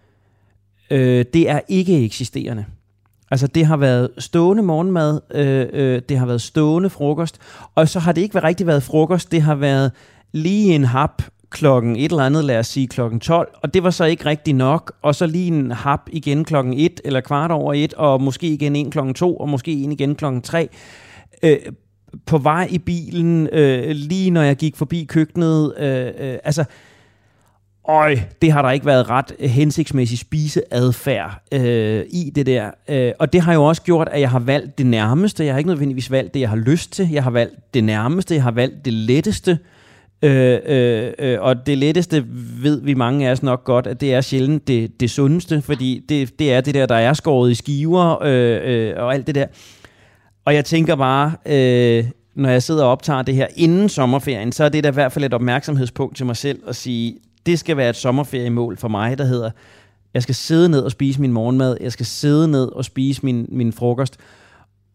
øh, det er ikke eksisterende. Altså det har været stående morgenmad, øh, øh, det har været stående frokost, og så har det ikke rigtig været frokost, det har været lige en hap klokken et eller andet, lad os sige klokken tolv, og det var så ikke rigtig nok, og så lige en hap igen klokken et, eller kvart over et, og måske igen en klokken to, og måske en igen klokken tre. Øh, på vej i bilen, øh, lige når jeg gik forbi køkkenet, øh, øh, altså, øj, det har der ikke været ret hensigtsmæssig spiseadfærd øh, i det der. Øh, og det har jo også gjort, at jeg har valgt det nærmeste. Jeg har ikke nødvendigvis valgt det, jeg har lyst til. Jeg har valgt det nærmeste, jeg har valgt det letteste. Øh, øh, øh, og det letteste ved vi mange af os nok godt, at det er sjældent det, det sundeste, fordi det, det er det der, der er skåret i skiver øh, øh, og alt det der. Og jeg tænker bare, øh, når jeg sidder og optager det her inden sommerferien, så er det da i hvert fald et opmærksomhedspunkt til mig selv at sige, det skal være et sommerferiemål for mig, der hedder, jeg skal sidde ned og spise min morgenmad, jeg skal sidde ned og spise min, min frokost.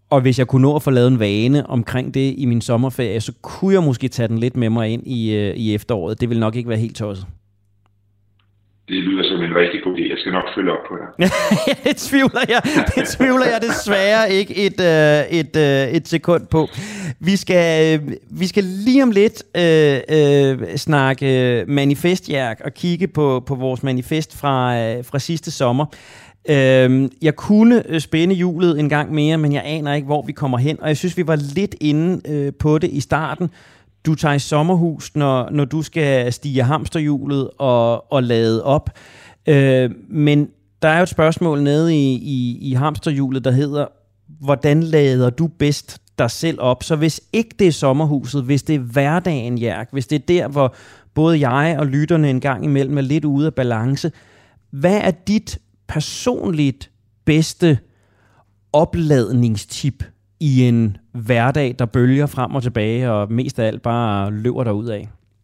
Og hvis jeg kunne nå at få lavet en vane omkring det i min sommerferie, så kunne jeg måske tage den lidt med mig ind i, øh, i efteråret. Det vil nok ikke være helt tosset. Det lyder som en rigtig god idé. Jeg skal nok følge op på dig. det tvivler jeg, det tvivler jeg desværre ikke et, øh, et, øh, et sekund på. Vi skal, øh, vi skal lige om lidt øh, øh, snakke manifestjærk og kigge på, på vores manifest fra, øh, fra sidste sommer. Øh, jeg kunne spænde hjulet en gang mere, men jeg aner ikke, hvor vi kommer hen. Og jeg synes, vi var lidt inde øh, på det i starten. Du tager i sommerhus, når, når du skal stige hamsterhjulet og, og lade op. Øh, men der er jo et spørgsmål nede i, i, i hamsterhjulet, der hedder, hvordan lader du bedst dig selv op? Så hvis ikke det er sommerhuset, hvis det er hverdagen, Jærk, hvis det er der, hvor både jeg og lytterne en gang imellem er lidt ude af balance, hvad er dit personligt bedste opladningstip i en hverdag, der bølger frem og tilbage, og mest af alt bare løber derudad?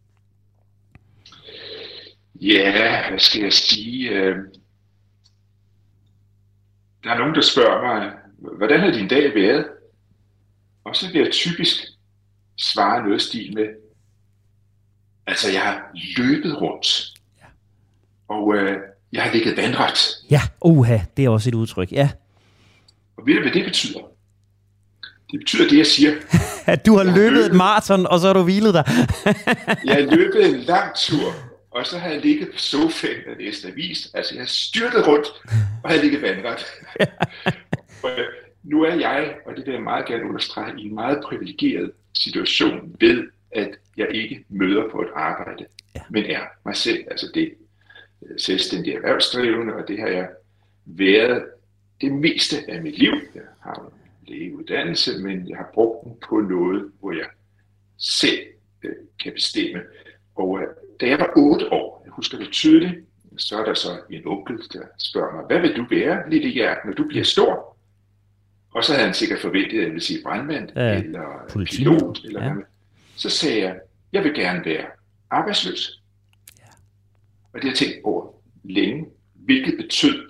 Ja, hvad skal jeg sige? Der er nogen, der spørger mig, hvordan har din dag været? Og så vil jeg typisk svare noget stil med, altså jeg har løbet rundt, ja. og øh, jeg har ligget vandret. Ja, uha, det er også et udtryk, ja. Og ved du, hvad det betyder? Det betyder det, jeg siger. At du har løbet løbet et maraton, og så har du hvilet dig. Jeg har løbet en lang tur, og så har jeg ligget på sofaen og læst avis. Altså, jeg har styrtet rundt, og har ligget vandret. Og nu er jeg, og det vil jeg meget gerne understrege, i en meget privilegeret situation ved, at jeg ikke møder på et arbejde, ja. men er mig selv. Altså det selvstændige erhvervsdrivende, og det har jeg været det meste af mit liv. Jeg har lægeuddannelse, men jeg har brugt den på noget, hvor jeg selv øh, kan bestemme. Og øh, da jeg var otte år, jeg husker det tydeligt, så er der så en onkel, der spørger mig, hvad vil du være, lille Jærk, når du bliver stor? Og så havde han sikkert forventet, at jeg ville sige brandmand, ja, eller politi. pilot, eller ja. noget. Så sagde jeg, jeg vil gerne være arbejdsløs. Ja. Og det har jeg tænkt over længe, hvilket betød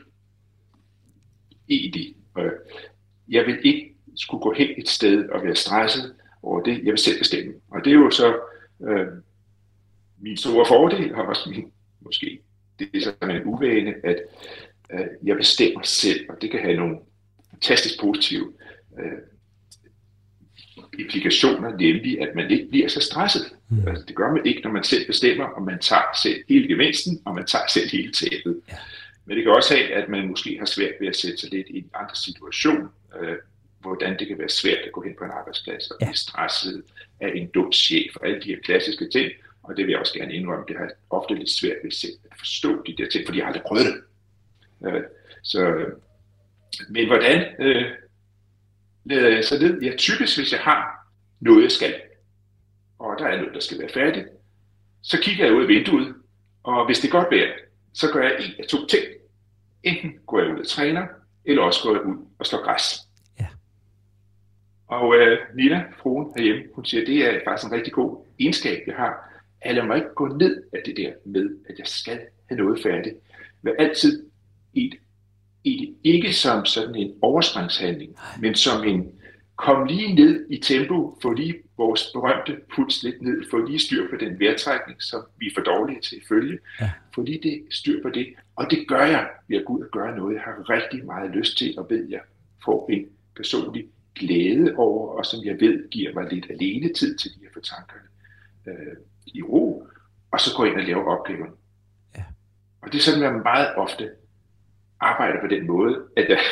egentlig. Jeg vil ikke skulle gå hen et sted og være stresset over det, jeg vil selv bestemme. Og det er jo så øh, min store fordel, og også min, måske, det er sådan en uvane, at øh, jeg bestemmer selv, og det kan have nogle fantastisk positive øh, implikationer, nemlig at man ikke bliver så stresset. Mm. Altså, det gør man ikke, når man selv bestemmer, og man tager selv hele gevinsten, og man tager selv hele tabet. Ja. Men det kan også have, at man måske har svært ved at sætte sig lidt i en anden situation, øh, hvordan det kan være svært at gå hen på en arbejdsplads og blive ja. stresset af en dum chef og alle de her klassiske ting. Og det vil jeg også gerne indrømme, det har ofte lidt svært ved selv at forstå de der ting, fordi jeg aldrig prøvet det. Øh, så, men hvordan øh, lader jeg så ned? Ja, typisk hvis jeg har noget, jeg skal, og der er noget, der skal være færdigt, så kigger jeg ud af vinduet, og hvis det er godt vejr, så gør jeg en af to ting. Enten går jeg ud og træner, eller også går jeg ud og slår græs. Ja. Og øh, Nina, fruen herhjemme, hun siger, det er faktisk en rigtig god egenskab, jeg har. Jeg lader mig ikke gå ned af det der med, at jeg skal have noget færdigt. Vær altid et, et, ikke som sådan en overspringshandling, men som en kom lige ned i tempo, få lige vores berømte puls lidt ned, få lige styr på den vejrtrækning, som vi er for dårlige til at følge. Ja. Få lige det, styr på det. Og det gør jeg ved at gå ud og gøre noget, jeg har rigtig meget lyst til, og ved, jeg får en personlig glæde over, og som jeg ved giver mig lidt alene tid til lige at få tankerne øh, i ro, og så gå ind og lave opgaven. Ja. Og det er sådan, at jeg meget ofte arbejder på den måde, at jeg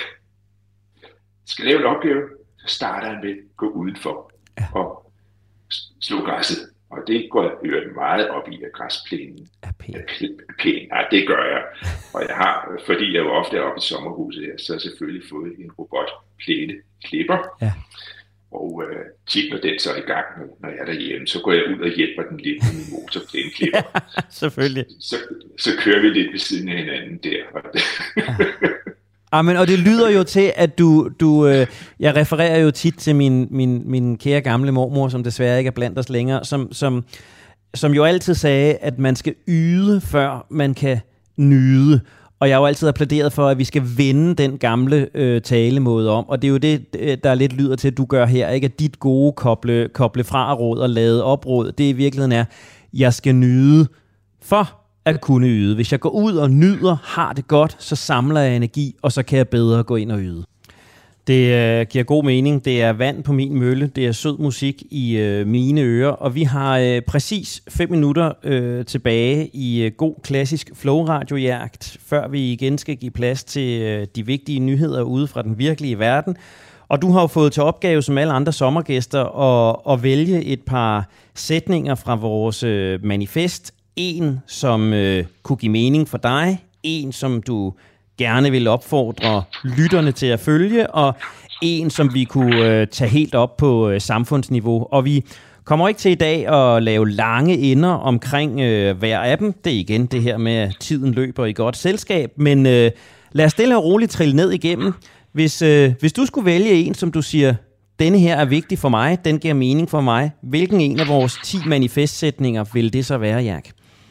skal lave en opgave, så starter jeg med at gå udenfor ja. og slå græsset. Og det går jeg meget op i, at græsplænen er pæn. Er pæn. Ja, det gør jeg. Og jeg har, fordi jeg jo ofte er oppe i sommerhuset her, så har jeg selvfølgelig fået en robotplæne klipper. Ja. Og øh, tit når den så er i gang, når jeg er derhjemme, så går jeg ud og hjælper den lidt med min motorplæne klipper. Ja, selvfølgelig. Så, så kører vi lidt ved siden af hinanden der. Ja. Amen, og det lyder jo til, at du, du øh, jeg refererer jo tit til min, min, min kære gamle mormor, som desværre ikke er blandt os længere, som, som, som jo altid sagde, at man skal yde, før man kan nyde. Og jeg har jo altid plæderet for, at vi skal vende den gamle øh, talemåde om, og det er jo det, der lidt lyder til, at du gør her, ikke? At dit gode koble, koble fra råd og lade op råd, det i virkeligheden er, jeg skal nyde for at kunne yde. Hvis jeg går ud og nyder, har det godt, så samler jeg energi, og så kan jeg bedre gå ind og yde. Det øh, giver god mening. Det er vand på min mølle. Det er sød musik i øh, mine ører. Og vi har øh, præcis fem minutter øh, tilbage i øh, god klassisk flow-radiojagt, før vi igen skal give plads til øh, de vigtige nyheder ude fra den virkelige verden. Og du har jo fået til opgave, som alle andre sommergæster, at, at vælge et par sætninger fra vores øh, manifest. En, som øh, kunne give mening for dig. En, som du gerne vil opfordre lytterne til at følge, og en, som vi kunne øh, tage helt op på øh, samfundsniveau. Og vi kommer ikke til i dag at lave lange ender omkring øh, hver af dem. Det er igen det her med, at tiden løber i godt selskab, men øh, lad os stille og roligt trille ned igennem. Hvis, øh, hvis du skulle vælge en, som du siger, denne her er vigtig for mig, den giver mening for mig, hvilken en af vores ti manifestsætninger vil det så være, Jack?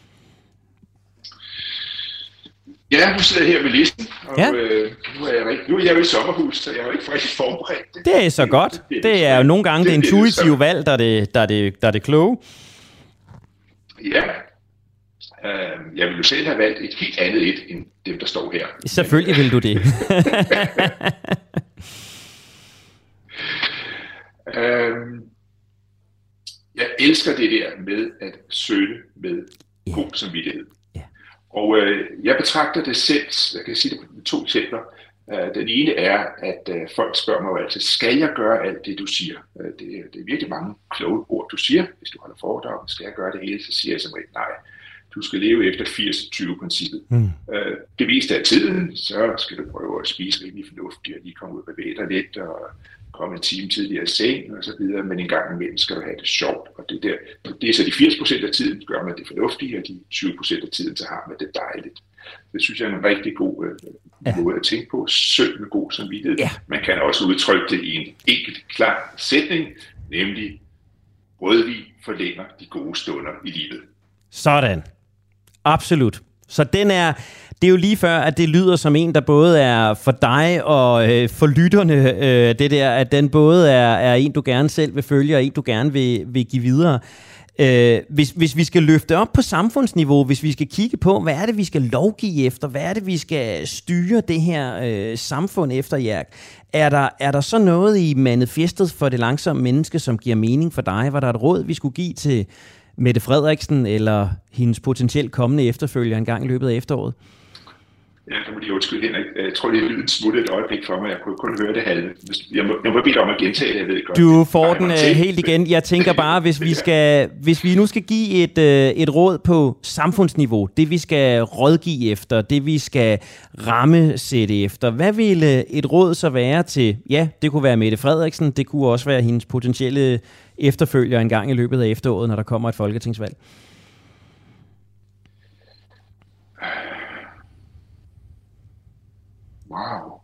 Ja, nu sidder jeg her med listen, og ja. øh, nu, er jeg, nu er jeg jo i sommerhus, så jeg er jo ikke rigtig forberedt det. Det er så godt. Det er jo nogle gange det, det intuitive valg, der er det, der er det, der er det kloge. Ja, øh, jeg ville jo selv have valgt et helt andet et, end dem, der står her. Selvfølgelig vil du det. øh, jeg elsker det der med at søge med yeah. god samvittighed. Og øh, jeg betragter det selv, jeg kan sige det med to eksempler. Uh, den ene er, at uh, folk spørger mig jo altid, skal jeg gøre alt det, du siger? Uh, det, det er virkelig mange kloge ord, du siger. Hvis du holder foredrag, skal jeg gøre det hele, så siger jeg som regel nej. Du skal leve efter firs tyve princippet. Mm. Uh, det meste af tiden, så skal du prøve at spise rimelig fornuftigt, og lige komme ud og bevæge dig lidt, og komme en time tidligere i seng, og så videre, men en gang imellem skal du have det sjovt, og det der, det er så de firs procent af tiden, gør man det fornuftige, og de tyve procent af tiden, så har man det dejligt. Det synes jeg er en rigtig god øh, ja. måde at tænke på, søg med god samvittighed. Ja. Man kan også udtrykke det i en enkelt, klar sætning, nemlig rødvin forlænger de gode stunder i livet. Sådan. Absolut. Så den er, det er jo lige før, at det lyder som en, der både er for dig og øh, for lytterne, øh, det der, at den både er, er en, du gerne selv vil følge, og en, du gerne vil, vil give videre. Øh, hvis, hvis vi skal løfte op på samfundsniveau, hvis vi skal kigge på, hvad er det, vi skal lovgive efter, hvad er det, vi skal styre det her øh, samfund efter, Jack? Er der, er der så noget i manifestet for det langsomme menneske, som giver mening for dig? Var der et råd, vi skulle give til Mette Frederiksen eller hendes potentielt kommende efterfølger en gang i løbet af efteråret? Ja, der må lige undskylde, Henrik. Jeg tror, det er lyden smuttede et øjeblik for mig. Jeg kunne kun høre det halve. Jeg må, jeg må bede dig om at gentage det, jeg ved godt. Du får den uh, helt igen. Jeg tænker bare, hvis vi, skal, hvis vi nu skal give et, uh, et råd på samfundsniveau, det vi skal rådgive efter, det vi skal rammesætte efter, hvad ville et råd så være til, ja, det kunne være Mette Frederiksen, det kunne også være hendes potentielle efterfølger en gang i løbet af efteråret, når der kommer et folketingsvalg? Wow.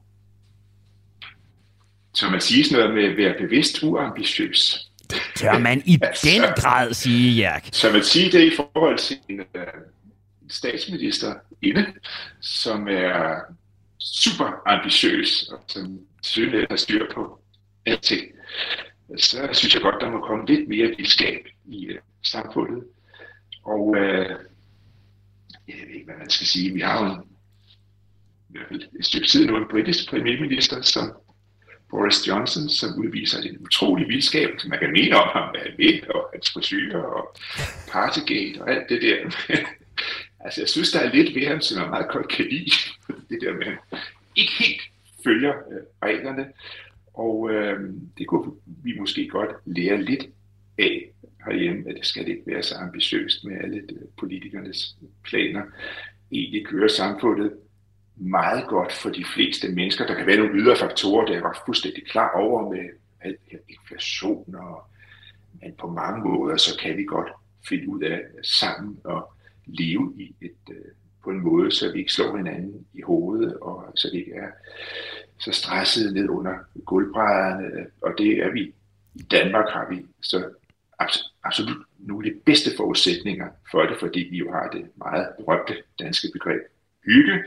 Så man siger sådan noget med at være bevidst uambitiøs. Det tør man i den grad sige, Jack. Så man siger det i forhold til en, uh, en statsminister inde, som er super ambitiøs, og som synes har styr på alting. Så synes jeg godt, der må komme lidt mere vildskab i uh, samfundet. Og uh, jeg ved ikke, hvad man skal sige. Vi har jo en et stykke tid nu en britisk premierminister som Boris Johnson, som udviser en utrolig vildskab, som man kan mene om ham, hvad han vil, og hans frisyrer, og Partygate, og alt det der. Altså, jeg synes, der er lidt ved ham, som jeg meget godt kan lide, det der med, at han ikke helt følger øh, reglerne, og øh, det kunne vi måske godt lære lidt af herhjemme, at det skal ikke være så ambitiøst med alle politikernes planer. Egentlig kører samfundet meget godt for de fleste mennesker. Der kan være nogle ydre faktorer, der er jeg fuldstændig klar over med alt her inflation, og, men på mange måder, så kan vi godt finde ud af sammen og leve i et, på en måde, så vi ikke slår hinanden i hovedet, og så vi ikke er så stressede ned under gulvbrædderne, og det er vi. I Danmark har vi så absolut nogle af de bedste forudsætninger for det, fordi vi jo har det meget berømte danske begreb hygge,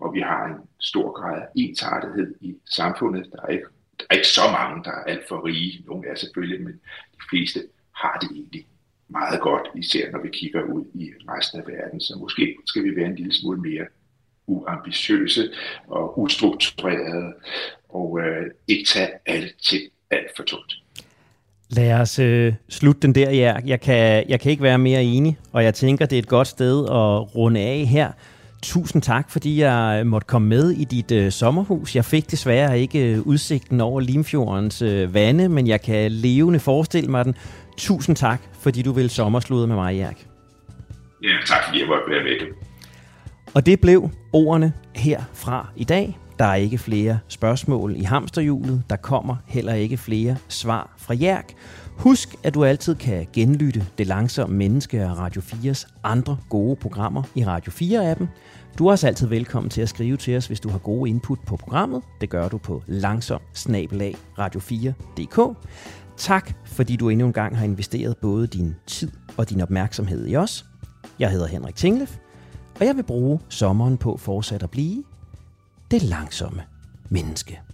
og vi har en stor grad af ensartethed i samfundet. Der er ikke, der er ikke så mange, der er alt for rige. Nogle er selvfølgelig, men de fleste har det egentlig meget godt, især når vi kigger ud i resten af verden. Så måske skal vi være en lille smule mere uambitiøse og ustrukturerede, og øh, ikke tage alle ting alt for tungt. Lad os øh, slutte den der, ja. Jeg kan, jeg kan ikke være mere enig, og jeg tænker, det er et godt sted at runde af her. Tusind tak, fordi jeg måtte komme med i dit øh, sommerhus. Jeg fik desværre ikke øh, udsigten over Limfjordens øh, vande, men jeg kan levende forestille mig den. Tusind tak, fordi du ville sommerslude med mig, Erik. Ja, tak fordi jeg måtte være med. Og det blev ordene herfra i dag. Der er ikke flere spørgsmål i hamsterhjulet. Der kommer heller ikke flere svar fra Jerk. Husk, at du altid kan genlytte Det Langsomme Menneske og Radio fires andre gode programmer i Radio fire-appen. Du er også altid velkommen til at skrive til os, hvis du har gode input på programmet. Det gør du på langsom snabel-a radio fire punktum d k. Tak, fordi du endnu en gang har investeret både din tid og din opmærksomhed i os. Jeg hedder Henrik Tinglef, og jeg vil bruge sommeren på fortsat at blive det langsomme menneske.